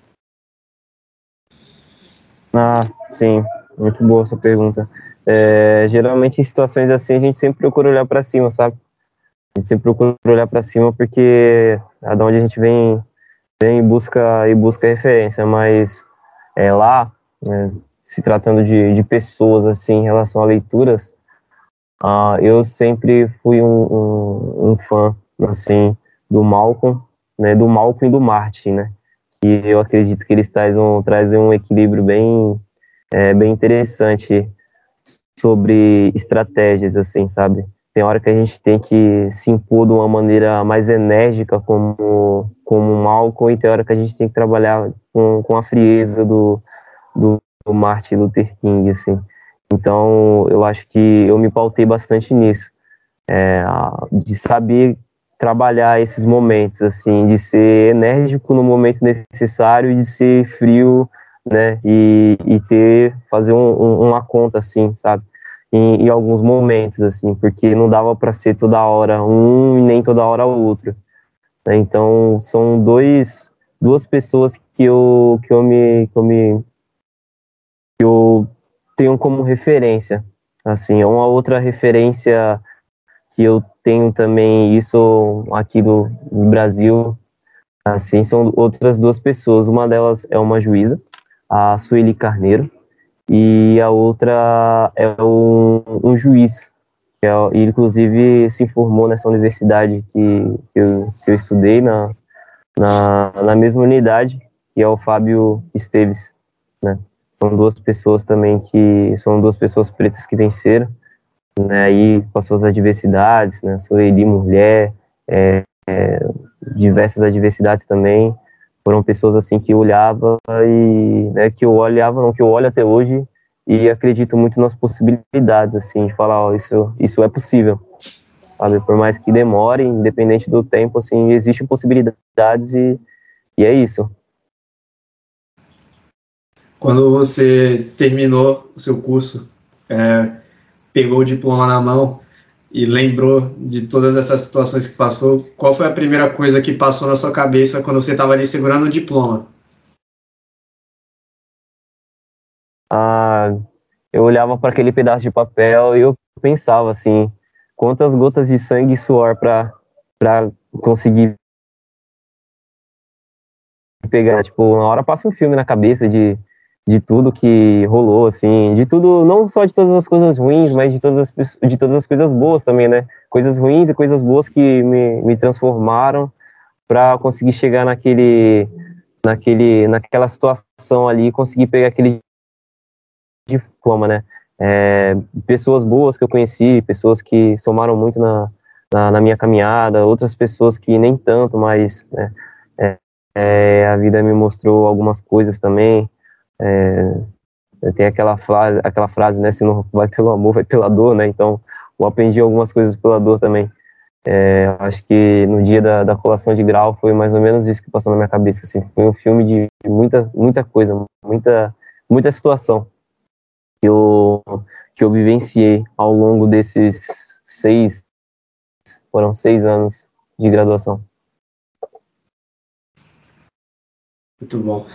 Sim, muito boa essa pergunta. Geralmente em situações assim a gente sempre procura olhar para cima, sabe? A gente sempre procura olhar para cima porque é de onde a gente vem e busca referência, mas lá, né, se tratando de pessoas assim em relação a leituras, eu sempre fui um fã, assim, do Malcolm, né, do Malcolm e do Martin, né, e eu acredito que eles trazem um equilíbrio bem interessante sobre estratégias, assim, sabe? Tem hora que a gente tem que se impor de uma maneira mais enérgica como o Malcolm, e tem hora que a gente tem que trabalhar com a frieza do Martin Luther King, assim. Então, eu acho que eu me pautei bastante nisso, de saber trabalhar esses momentos, assim, de ser enérgico no momento necessário e de ser frio, né, e fazer uma conta, assim, sabe, em alguns momentos, assim, porque não dava para ser toda hora um e nem toda hora o outro, né? Então, são duas pessoas que eu tenho como referência, assim. Uma outra referência que eu tenho também, isso aqui no Brasil, assim, são outras duas pessoas. Uma delas é uma juíza, a Sueli Carneiro, e a outra é um juiz, e inclusive se formou nessa universidade que eu estudei, na mesma unidade, que é o Fábio Esteves, né? São duas pessoas também são duas pessoas pretas que venceram, né, aí com as suas adversidades, né, Sueli, mulher, diversas adversidades também, foram pessoas assim que eu olhava e, né, que eu olho até hoje e acredito muito nas possibilidades, assim, de falar, ó, isso é possível, sabe, por mais que demore, independente do tempo, assim, existem possibilidades e é isso. Quando você terminou o seu curso, pegou o diploma na mão e lembrou de todas essas situações que passou, qual foi a primeira coisa que passou na sua cabeça quando você estava ali segurando o diploma? Ah, eu olhava para aquele pedaço de papel e eu pensava assim, quantas gotas de sangue e suor para conseguir pegar, tipo, na hora passa um filme na cabeça de tudo que rolou, assim, de tudo, não só de todas as coisas ruins, mas de todas as coisas boas também, né? Coisas ruins e coisas boas que me transformaram para conseguir chegar naquela situação ali, conseguir pegar aquele diploma, né? Pessoas boas que eu conheci, pessoas que somaram muito na minha caminhada, outras pessoas que nem tanto, mas né, a vida me mostrou algumas coisas também. Tem aquela frase, né? Se não vai pelo amor, vai pela dor, né? Então, eu aprendi algumas coisas pela dor também. Acho que no dia da colação de grau foi mais ou menos isso que passou na minha cabeça. Assim, foi um filme de muita coisa, muita situação que eu vivenciei ao longo desses foram 6 anos de graduação. Muito bom.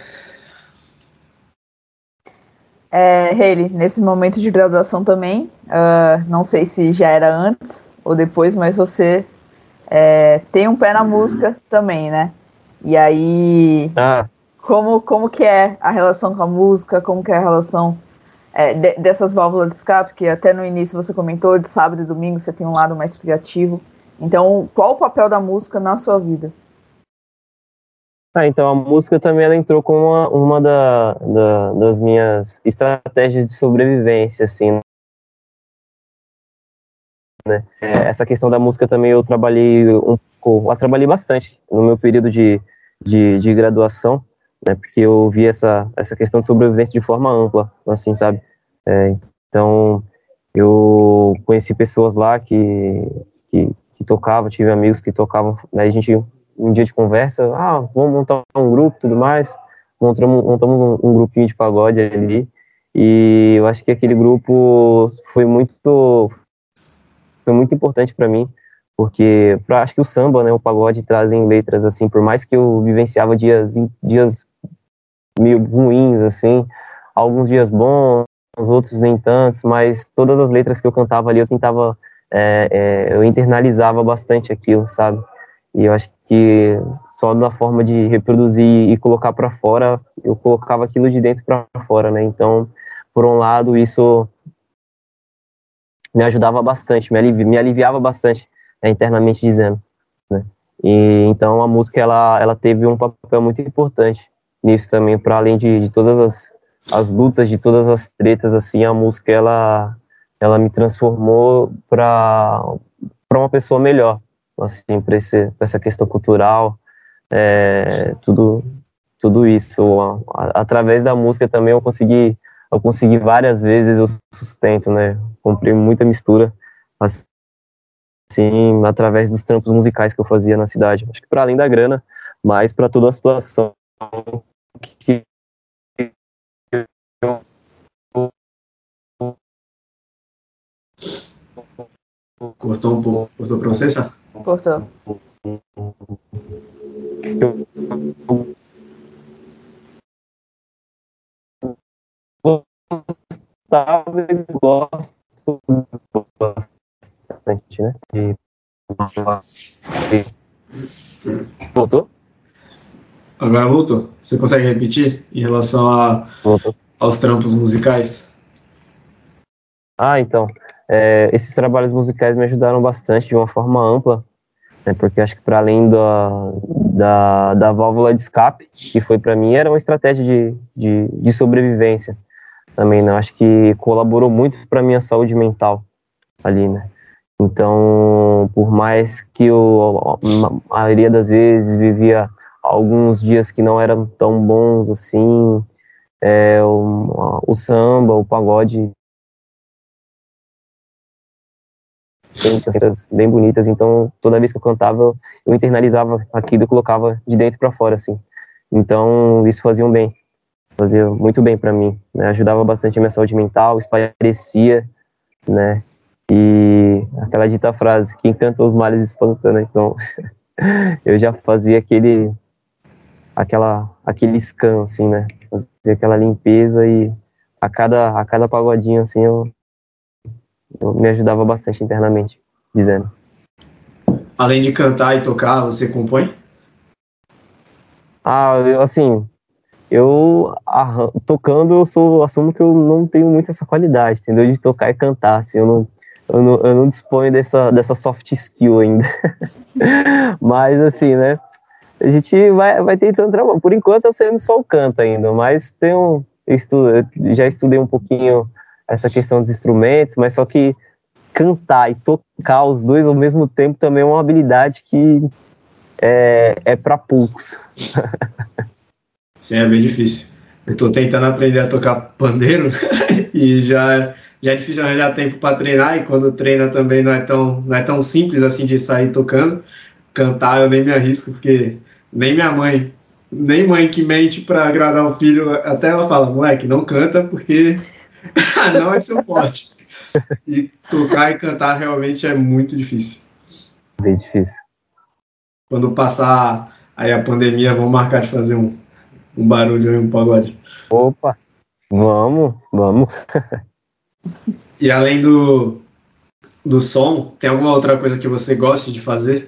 Hayley, nesse momento de graduação também, não sei se já era antes ou depois, mas você tem um pé na música também, né? E aí, como que é a relação com a música, como que é a relação dessas válvulas de escape, que até no início você comentou, de sábado e domingo você tem um lado mais criativo. Então, qual o papel da música na sua vida? Então a música também ela entrou como uma das minhas estratégias de sobrevivência, assim, né? Essa questão da música também eu trabalhei trabalhei bastante no meu período de graduação, né? Porque eu vi essa questão de sobrevivência de forma ampla, assim, sabe? Então eu conheci pessoas lá que tocavam, tive amigos que tocavam, né? A gente um dia de conversa, vamos montar um grupo, tudo mais, montamos um grupinho de pagode ali, e eu acho que aquele grupo foi muito importante para mim, porque acho que o samba, né, o pagode trazem letras assim, por mais que eu vivenciava dias meio ruins assim, alguns dias bons, outros nem tantos, mas todas as letras que eu cantava ali eu tentava eu internalizava bastante aquilo, sabe? E eu acho que só da forma de reproduzir e colocar para fora, eu colocava aquilo de dentro para fora, né? Então, por um lado, isso me ajudava bastante, me aliviava bastante, internamente dizendo, né? E então a música ela teve um papel muito importante nisso também, para além de todas as lutas, de todas as tretas, assim, a música ela me transformou para uma pessoa melhor, assim, para essa questão cultural, tudo isso. Através da música também eu consegui várias vezes o sustento, né? Comprei muita mistura, assim, através dos trampos musicais que eu fazia na cidade. Acho que para além da grana, mas para toda a situação que eu Cortou um pouco. Cortou para você, Sá? Cortou. Gosto bastante, né? Voltou? Agora voltou. Você consegue repetir em relação a Voltou. aos trampos musicais? Então, esses trabalhos musicais me ajudaram bastante de uma forma ampla, né, porque acho que para além da válvula de escape, que foi para mim, era uma estratégia de sobrevivência também, né, acho que colaborou muito para minha saúde mental ali, né. Então, por mais que eu, a maioria das vezes, vivia alguns dias que não eram tão bons assim, o samba, o pagode, tem letras bem bonitas, então toda vez que eu cantava, eu internalizava aquilo e colocava de dentro para fora, assim. Então, isso fazia muito bem para mim, né? Ajudava bastante a minha saúde mental, espairecia, né? E aquela dita frase, quem canta os males espanta, né? Então, eu já fazia aquele scan, assim, né? Fazia aquela limpeza e a cada pagodinho, assim, eu me ajudava bastante internamente, dizendo. Além de cantar e tocar, você compõe? Tocando, assumo que eu não tenho muito essa qualidade, entendeu? De tocar e cantar, assim, eu não disponho dessa soft skill ainda. Mas, assim, né? A gente vai tentando trabalhar. Por enquanto, eu sei só o canto ainda, mas eu já estudei um pouquinho essa questão dos instrumentos, mas só que cantar e tocar os dois ao mesmo tempo também é uma habilidade que é para poucos. Sim, é bem difícil. Eu tô tentando aprender a tocar pandeiro e já é difícil arranjar tempo para treinar, e quando treina também não é tão simples assim de sair tocando. Cantar eu nem me arrisco, porque nem minha mãe, nem mãe que mente para agradar o filho, até ela fala, moleque, não canta porque não é seu forte. E tocar e cantar realmente é muito difícil. Bem difícil. Quando passar aí a pandemia, vamos marcar de fazer um barulho e um pagode. Opa, vamos. E além do som, tem alguma outra coisa que você goste de fazer?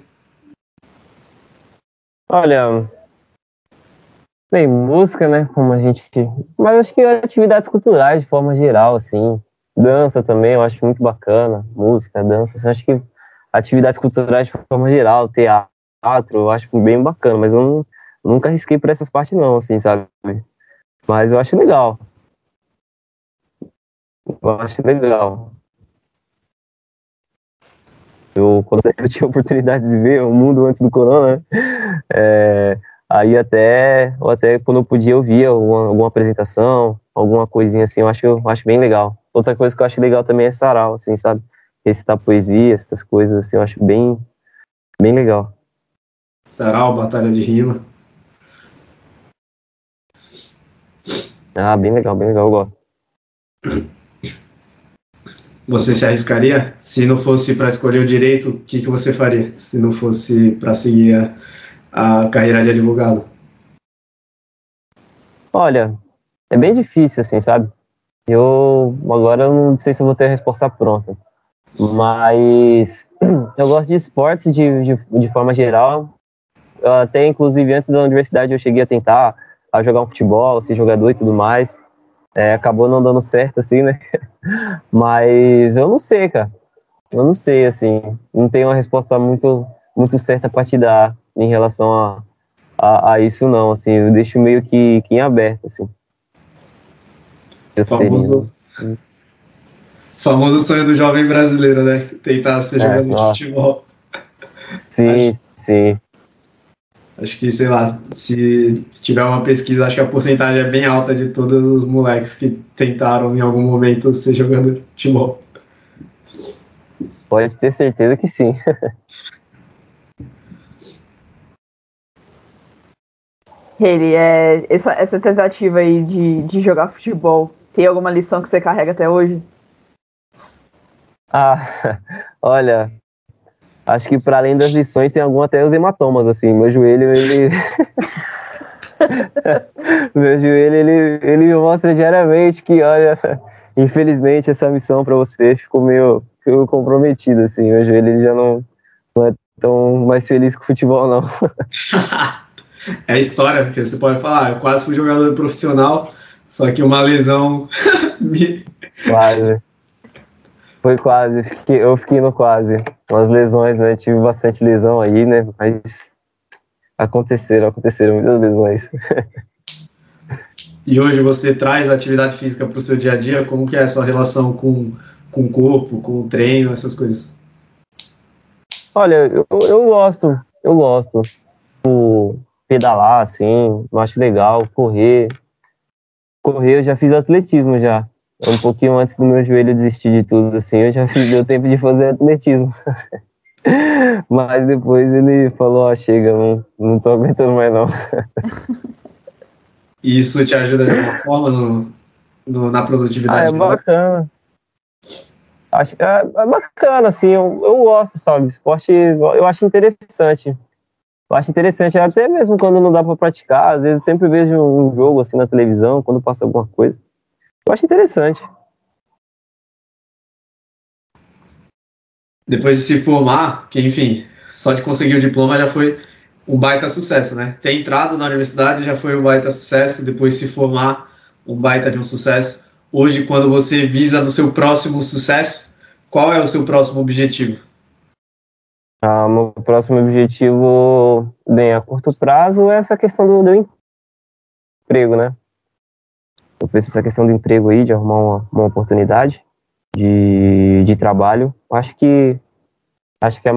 Olha, tem música, né, como a gente... Mas acho que atividades culturais, de forma geral, assim. Dança também, eu acho muito bacana. Música, dança, assim, acho que atividades culturais de forma geral, teatro, eu acho bem bacana, mas eu nunca arrisquei por essas partes não, assim, sabe? Mas eu acho legal. Eu acho legal. Quando eu tinha oportunidade de ver o mundo antes do corona, né? Aí ou até quando eu podia eu via alguma apresentação, alguma coisinha assim, eu acho bem legal. Outra coisa que eu acho legal também é sarau, assim, sabe? Recitar poesia, essas coisas assim, eu acho bem, bem legal. Sarau, batalha de rima. Ah, bem legal, eu gosto. Você se arriscaria? Se não fosse para escolher o direito, o que você faria? Se não fosse para seguir a carreira de advogado? Olha, é bem difícil, assim, sabe? Agora eu não sei se eu vou ter a resposta pronta, mas eu gosto de esportes de forma geral. Até, inclusive, antes da universidade eu cheguei a tentar jogar um futebol, ser jogador e tudo mais. Acabou não dando certo, assim, né? Mas eu não sei, cara. Eu não sei, assim. Não tenho uma resposta muito, muito certa para te dar em relação a isso, não. Assim, eu deixo meio que em aberto, assim. Eu Famoso, seria. famoso sonho do jovem brasileiro, né? Tentar ser jogador de Nossa. futebol. Sim, sim. Acho que, sei lá, se tiver uma pesquisa, acho que a porcentagem é bem alta de todos os moleques que tentaram em algum momento ser jogador de futebol. Pode ter certeza que sim. Ele essa tentativa aí de jogar futebol, tem alguma lição que você carrega até hoje? Olha, acho que para além das lições tem até os hematomas, assim. Meu joelho, meu joelho, ele me mostra diariamente que, olha, infelizmente essa missão para você ficou meio comprometida, assim. Meu joelho ele já não é tão mais feliz com o futebol, não. É a história, que você pode falar, eu quase fui jogador profissional, Só que uma lesão Quase. Foi quase, eu fiquei no quase. Umas lesões, né? Tive bastante lesão aí, né? Mas aconteceram muitas lesões. E hoje você traz a atividade física para o seu dia a dia? Como que é a sua relação com o corpo, com o treino, essas coisas? Olha, eu gosto. Pedalar, assim, eu acho legal. Correr, eu já fiz atletismo já. Um pouquinho antes do meu joelho desistir de tudo, assim, deu tempo de fazer atletismo. Mas depois ele falou, ó, chega, não tô aguentando mais não. E isso te ajuda de alguma forma na produtividade? É bacana. Acho que é bacana, assim, eu gosto, sabe? Esporte eu acho interessante. Eu acho interessante, até mesmo quando não dá pra praticar, às vezes eu sempre vejo um jogo assim na televisão, quando passa alguma coisa. Eu acho interessante. Depois de se formar, que enfim, só de conseguir o diploma já foi um baita sucesso, né? Ter entrado na universidade já foi um baita sucesso, depois se formar, um baita de um sucesso. Hoje, quando você visa no seu próximo sucesso, qual é o seu próximo objetivo? Meu próximo objetivo, bem, a curto prazo, é essa questão do emprego, né? Eu penso essa questão do emprego aí, de arrumar uma oportunidade de trabalho. Acho que é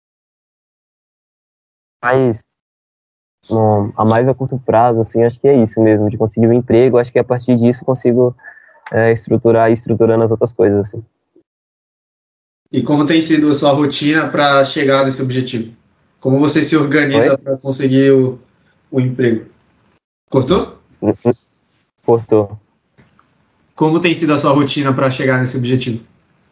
mais a mais a curto prazo, assim, acho que é isso mesmo, de conseguir um emprego. Acho que a partir disso consigo estruturando as outras coisas, assim. E como tem sido a sua rotina para chegar nesse objetivo? Como você se organiza Oi? para conseguir o emprego? Cortou? Cortou. Como tem sido a sua rotina para chegar nesse objetivo?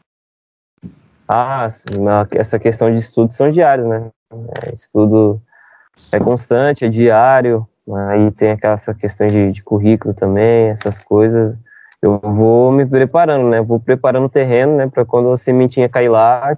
Essa questão de estudos são diários, né? Estudo é constante, é diário, aí tem essa questão de currículo também, essas coisas. Eu vou me preparando, né? Vou preparando o terreno, né? Para quando a sementinha cair lá,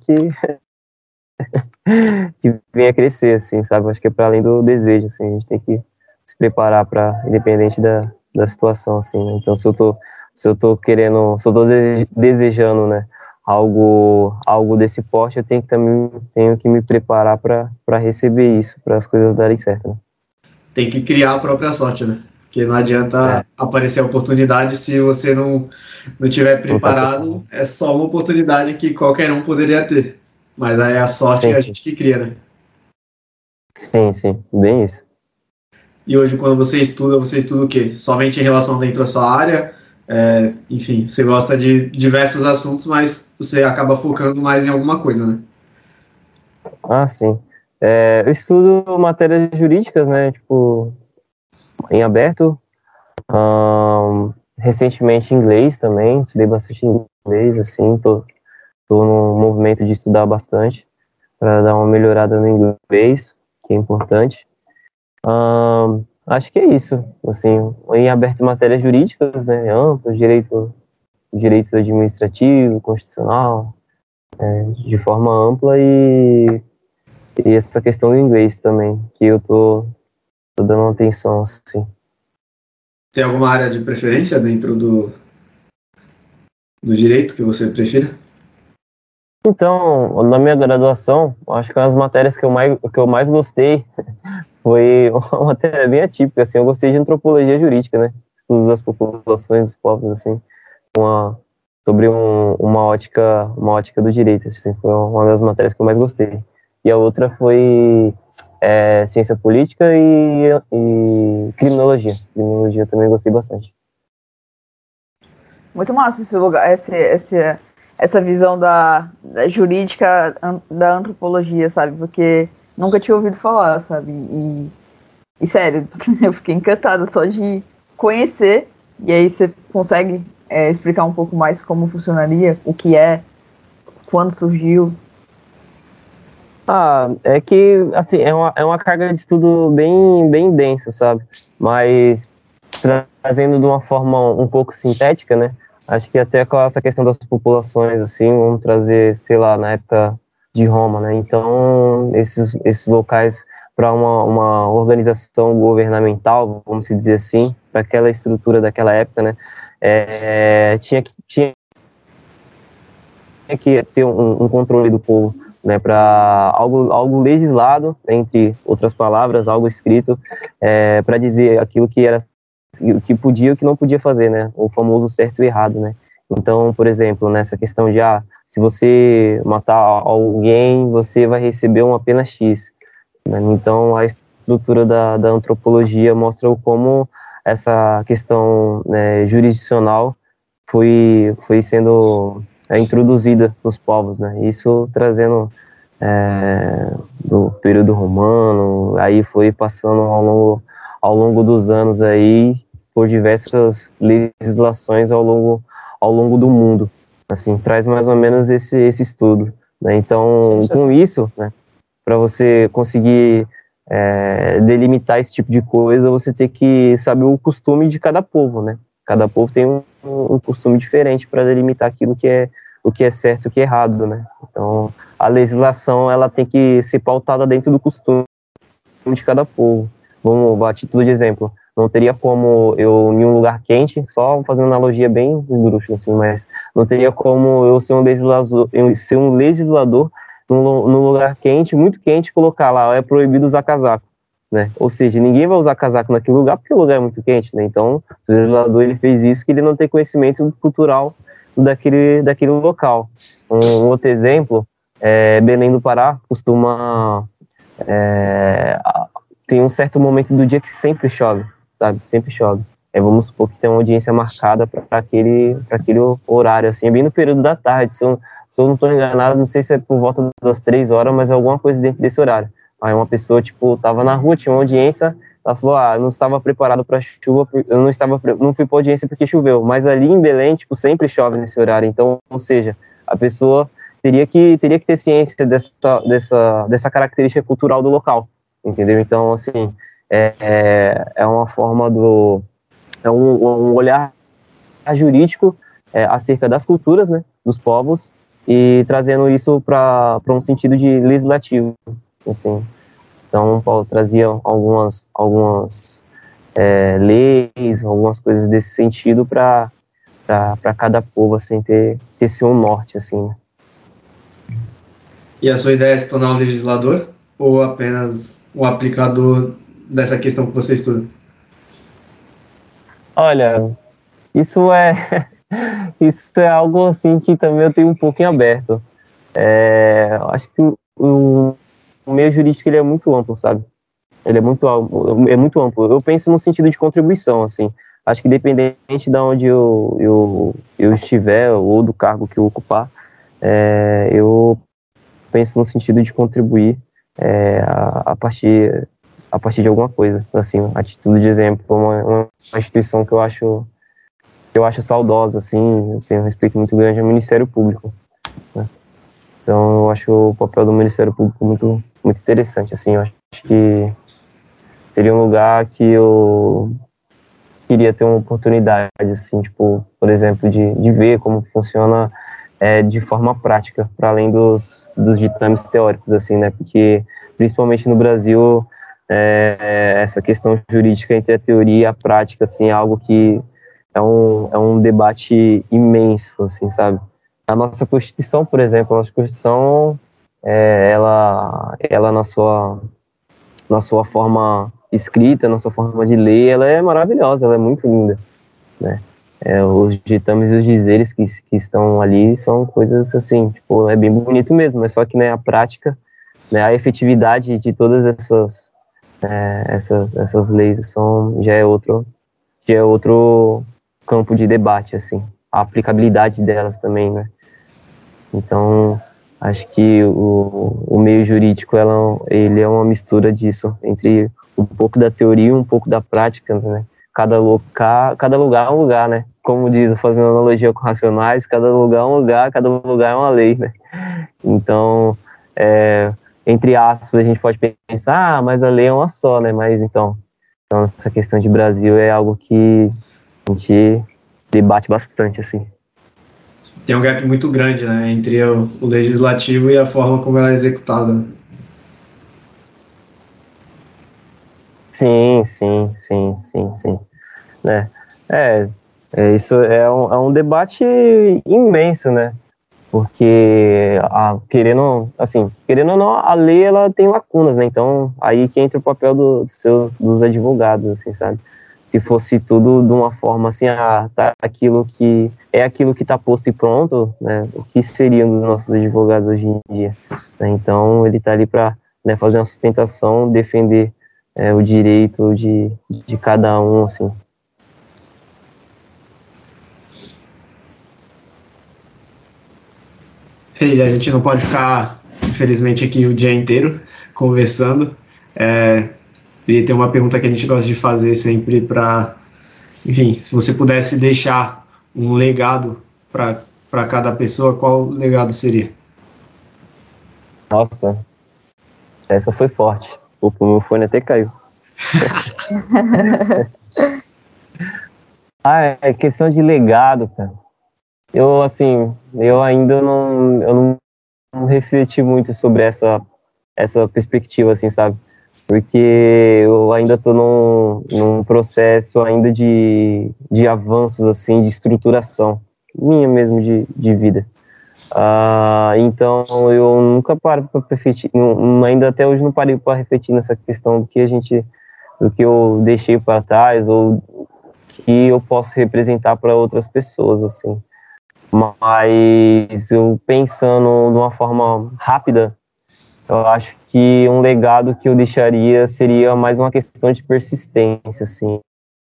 que venha crescer, assim, sabe? Acho que é para além do desejo, assim, a gente tem que se preparar para, independente da situação, assim, né? Então, se eu tô desejando, né? Algo desse porte, eu tenho que me preparar para receber isso, para as coisas darem certo, né? Tem que criar a própria sorte, né? Porque não adianta aparecer a oportunidade se você não tiver Não tá preparado. preparado. É só uma oportunidade que qualquer um poderia ter. Mas aí a sorte é Sim, a sim. gente que cria, né? Sim, bem isso. E hoje, quando você estuda o quê? Somente em relação dentro da sua área? Enfim, você gosta de diversos assuntos, mas você acaba focando mais em alguma coisa, né? Sim. Eu estudo matérias jurídicas, né? Tipo, em aberto. Recentemente inglês também. Estudei bastante inglês, assim. Tô no movimento de estudar bastante para dar uma melhorada no inglês, que é importante. Acho que é isso. Assim, em aberto matérias jurídicas, né? Amplo, direito administrativo, constitucional, de forma ampla e essa questão do inglês também, que eu tô dando atenção, assim. Tem alguma área de preferência dentro do direito que você prefira? Então, na minha graduação, acho que uma das matérias que eu mais gostei foi uma matéria bem atípica, assim, eu gostei de antropologia jurídica, né? Estudos das populações, dos povos, assim, sobre uma ótica do direito, assim, foi uma das matérias que eu mais gostei. E a outra foi ciência política e criminologia. Criminologia também gostei bastante. Muito massa esse lugar, essa visão da jurídica da antropologia, sabe? Porque nunca tinha ouvido falar, sabe? E sério, eu fiquei encantada só de conhecer. E aí você consegue explicar um pouco mais como funcionaria, o que é, quando surgiu. É que, assim, é uma carga de estudo bem densa, sabe? Mas trazendo de uma forma um pouco sintética, né? Acho que até com essa questão das populações, assim, vamos trazer, sei lá, na época de Roma, né? Então, esses locais para uma organização governamental, vamos dizer assim, aquela estrutura daquela época, né, tinha que ter um controle do povo, né, para algo legislado, entre outras palavras, algo escrito, para dizer aquilo que era, o que podia e o que não podia fazer, né, o famoso certo e errado, né. Então, por exemplo, nessa questão de, se você matar alguém, você vai receber uma pena X, né? Então, a estrutura da antropologia mostra como essa questão, né, jurisdicional foi sendo introduzida nos povos, né? Isso trazendo do período romano, aí foi passando ao longo dos anos aí por diversas legislações ao longo do mundo, assim, traz mais ou menos esse estudo, né? Então, com isso, né, para você conseguir delimitar esse tipo de coisa, você tem que saber o costume de cada povo, né? Cada povo tem um costume diferente para delimitar aquilo que é o que é certo e o que é errado, né? Então, a legislação, ela tem que ser pautada dentro do costume de cada povo. Vamos, a título de exemplo, não teria como eu, em um lugar quente, só fazendo analogia bem esdrúxula, assim, mas não teria como eu ser um legislador num lugar quente, muito quente, colocar lá, é proibido usar casaco, né? Ou seja, ninguém vai usar casaco naquele lugar porque o lugar é muito quente, né? Então, o legislador, ele fez isso que ele não tem conhecimento cultural daquele local. Um outro exemplo, Belém do Pará costuma tem um certo momento do dia que sempre chove, sabe? Sempre chove. Vamos supor que tem uma audiência marcada para aquele horário, assim, é bem no período da tarde. Se eu não estou enganado, não sei se é por volta das 3 horas, mas é alguma coisa dentro desse horário. Aí uma pessoa, tipo, tava na rua, tinha uma audiência, ela falou, eu não estava preparado para chuva, eu não fui para audiência porque choveu, mas ali em Belém, tipo, sempre chove nesse horário. Então, ou seja, a pessoa teria que ter ciência dessa característica cultural do local, entendeu? Então, assim, é uma forma um olhar jurídico acerca das culturas, né, dos povos, e trazendo isso para um sentido de legislativo, assim. Então, Paulo trazia algumas leis, algumas coisas desse sentido para cada povo, assim, ter seu norte, assim, né? E a sua ideia é se tornar um legislador ou apenas um aplicador dessa questão que você estuda? Olha, isso é algo assim que também eu tenho um pouco em aberto. Acho que o meio jurídico, ele é muito amplo, sabe? Ele é muito amplo. Eu penso no sentido de contribuição, assim. Acho que independente de onde eu estiver ou do cargo que eu ocupar, eu penso no sentido de contribuir a partir de alguma coisa, assim, a título de exemplo, uma instituição que eu acho saudosa, assim, eu tenho um respeito muito grande ao Ministério Público, né? Então, eu acho o papel do Ministério Público muito, muito interessante, assim, eu acho que seria um lugar que eu queria ter uma oportunidade, assim, tipo, por exemplo, de ver como funciona de forma prática, para além dos ditames teóricos, assim, né, porque, principalmente no Brasil, essa questão jurídica entre a teoria e a prática, assim, é algo que é um debate imenso, assim, sabe? A nossa Constituição, por exemplo, a nossa Constituição, ela na sua forma escrita, na sua forma de ler, ela é maravilhosa, ela é muito linda, né? Os ditames e os dizeres que estão ali são coisas assim, tipo, é bem bonito mesmo, mas só que, né, a prática, né, a efetividade de todas essas leis já é outro campo de debate, assim, a aplicabilidade delas também, né? Então, acho que o meio jurídico, ele é uma mistura disso, entre um pouco da teoria e um pouco da prática, né? Cada lugar é um lugar, né? Como diz, fazendo analogia com Racionais, cada lugar é um lugar, cada lugar é uma lei, né? Então, entre aspas, a gente pode pensar, mas a lei é uma só, né? Mas então, essa questão de Brasil é algo que a gente debate bastante, assim. Tem um gap muito grande, né, entre o legislativo e a forma como ela é executada. Sim. né? Isso é um debate imenso, né? Porque, querendo ou não, a lei, ela tem lacunas, né? Então, aí que entra o papel dos advogados, assim, sabe? Se fosse tudo de uma forma assim, tá aquilo que está posto e pronto, né? O que seriam dos nossos advogados hoje em dia? Né? Então, ele está ali para, né, fazer uma sustentação, defender o direito de cada um, assim. E a gente não pode ficar, infelizmente, aqui o dia inteiro conversando. E tem uma pergunta que a gente gosta de fazer sempre para, enfim, se você pudesse deixar um legado para cada pessoa, qual legado seria? Nossa, essa foi forte. O meu fone até caiu. É questão de legado, cara. Eu ainda não refleti muito sobre essa perspectiva, assim, sabe? Porque eu ainda estou num processo ainda de avanços, assim, de estruturação minha mesmo de vida. Então eu nunca paro para refletir, ainda até hoje não parei para refletir nessa questão do que eu deixei para trás ou que eu posso representar para outras pessoas, assim. Mas eu pensando de uma forma rápida, eu acho que um legado que eu deixaria seria mais uma questão de persistência, assim.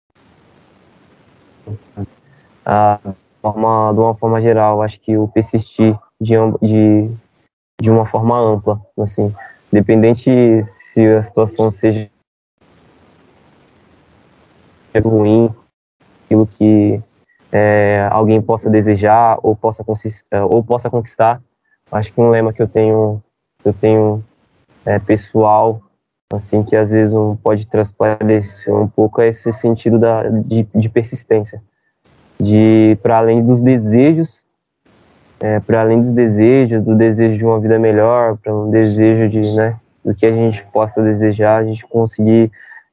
De uma forma geral, acho que o persistir de uma forma ampla, assim, independente se a situação seja ruim, aquilo que alguém possa desejar ou possa conquistar. Acho que um lema que eu tenho pessoal, assim, que às vezes pode transparecer um pouco é esse sentido de persistência, de para além dos desejos, do desejo de uma vida melhor, para um desejo do que a gente possa desejar, a gente conseguir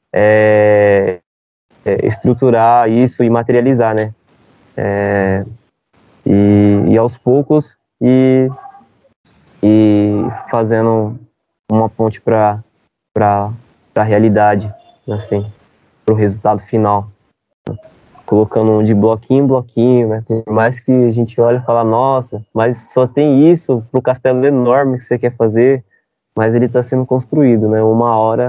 estruturar isso e materializar, né? E aos poucos e fazendo uma ponte para a realidade, assim, para o resultado final, colocando de bloquinho em bloquinho, né? Por mais que a gente olhe e fala, nossa, mas só tem isso para o castelo enorme que você quer fazer, mas ele está sendo construído, né? Uma hora,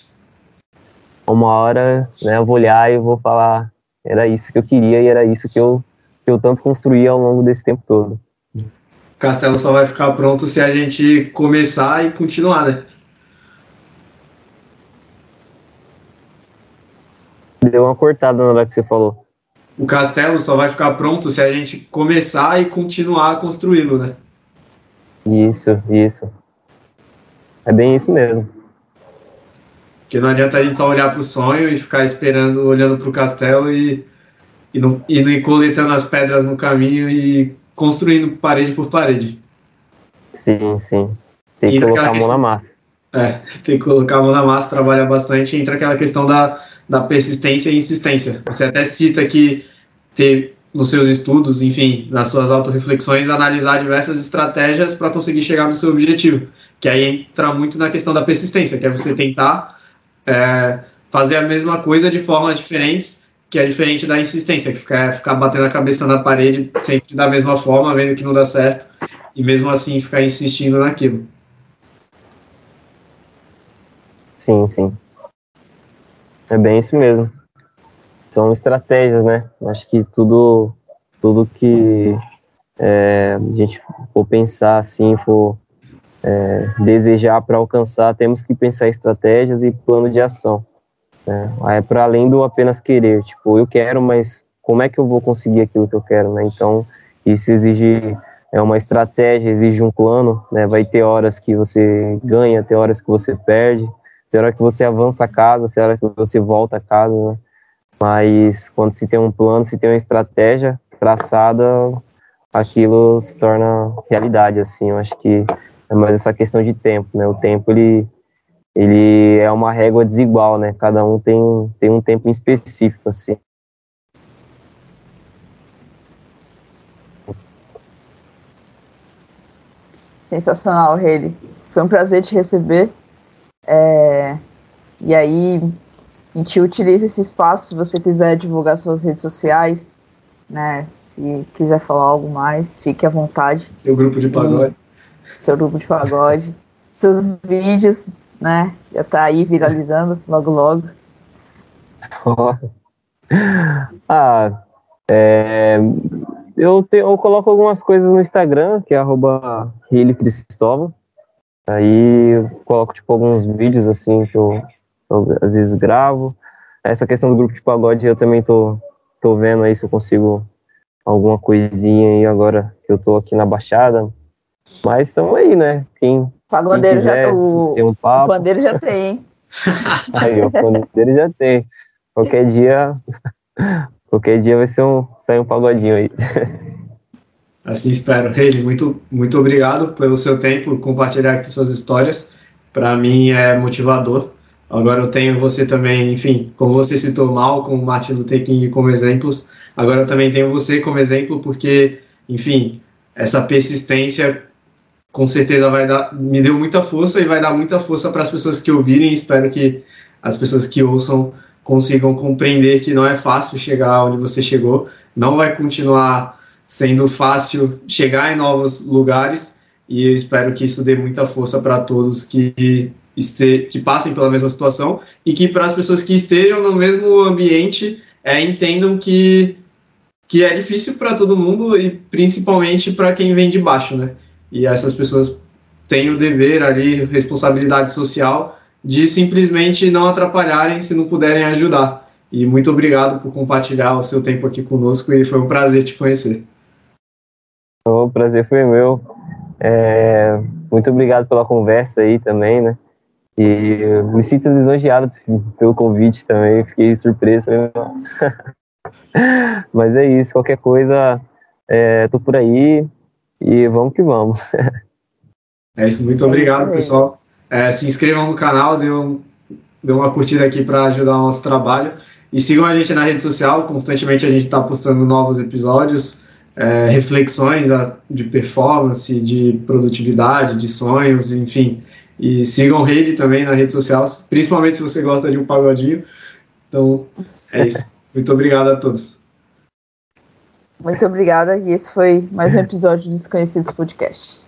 né, eu vou olhar e vou falar, era isso que eu queria e era isso que eu tanto construí ao longo desse tempo todo. O castelo só vai ficar pronto se a gente começar e continuar, né? Deu uma cortada na hora que você falou. O castelo só vai ficar pronto se a gente começar e continuar a construí-lo, né? Isso. É bem isso mesmo. Porque não adianta a gente só olhar para o sonho e ficar esperando, olhando para o castelo e não ir coletando as pedras no caminho e construindo parede por parede. Sim. Tem que colocar a mão na massa. Tem que colocar a mão na massa, trabalhar bastante, entra aquela questão da persistência e insistência. Você até cita que ter nos seus estudos, enfim, nas suas autorreflexões, analisar diversas estratégias para conseguir chegar no seu objetivo, que aí entra muito na questão da persistência, que é você tentar fazer a mesma coisa de formas diferentes, que é diferente da insistência, que ficar batendo a cabeça na parede sempre da mesma forma, vendo que não dá certo, e mesmo assim ficar insistindo naquilo. Sim. É bem isso mesmo. São estratégias, né? Acho que tudo que a gente for pensar assim, for desejar para alcançar, temos que pensar em estratégias e plano de ação. Né? É para além do apenas querer. Tipo, eu quero, mas como é que eu vou conseguir aquilo que eu quero, né? Então, isso exige uma estratégia, exige um plano, né? Vai ter horas que você ganha, tem horas que você perde, tem hora que você avança a casa, tem hora que você volta a casa, né? Mas quando se tem um plano, se tem uma estratégia traçada, aquilo se torna realidade, assim. Eu acho que é mais essa questão de tempo, né? O tempo, ele é uma régua desigual, né? Cada um tem um tempo específico, assim. Sensacional, Hayley. Foi um prazer te receber. E aí, a gente utiliza esse espaço se você quiser divulgar suas redes sociais, né? Se quiser falar algo mais, fique à vontade. Seu grupo de pagode. Seu grupo de pagode. Seus vídeos, né? Já tá aí viralizando logo, logo. Eu coloco algumas coisas no Instagram, que é @HayleyCristóvão. Aí eu coloco tipo alguns vídeos assim que eu às vezes gravo. Essa questão do grupo de pagode eu também tô vendo aí se eu consigo alguma coisinha aí agora que eu tô aqui na Baixada. Mas estamos aí, né? Quem quiser ter um papo. O pandeiro já tem, hein? Aí, o pandeiro já tem. Qualquer dia vai sair um pagodinho aí. Assim espero. Hayley, muito obrigado pelo seu tempo, compartilhar aqui suas histórias. Para mim é motivador. Agora eu tenho você também, enfim, como você citou mal, com o Martin Luther King como exemplos, agora eu também tenho você como exemplo, porque, enfim, essa persistência com certeza me deu muita força e vai dar muita força para as pessoas que ouvirem. Espero que as pessoas que ouçam consigam compreender que não é fácil chegar onde você chegou, não vai continuar sendo fácil chegar em novos lugares, e eu espero que isso dê muita força para todos que passem pela mesma situação e que para as pessoas que estejam no mesmo ambiente entendam que é difícil para todo mundo e principalmente para quem vem de baixo, né? E essas pessoas têm o dever ali, responsabilidade social, de simplesmente não atrapalharem se não puderem ajudar. E muito obrigado por compartilhar o seu tempo aqui conosco e foi um prazer te conhecer. O prazer foi meu. Muito obrigado pela conversa aí também, né? E me sinto lisonjeado pelo convite também, fiquei surpreso. Falei, nossa. Mas é isso, qualquer coisa, tô por aí e vamos que vamos. É isso, muito obrigado, pessoal. Se inscrevam no canal, dê uma curtida aqui para ajudar o nosso trabalho. E sigam a gente na rede social, constantemente a gente está postando novos episódios, reflexões de performance, de produtividade, de sonhos, enfim. E sigam o Hayley também na rede social, principalmente se você gosta de um pagodinho. Então, é isso. Muito obrigado a todos. Muito obrigada, e esse foi mais um episódio do Desconhecidos Podcast.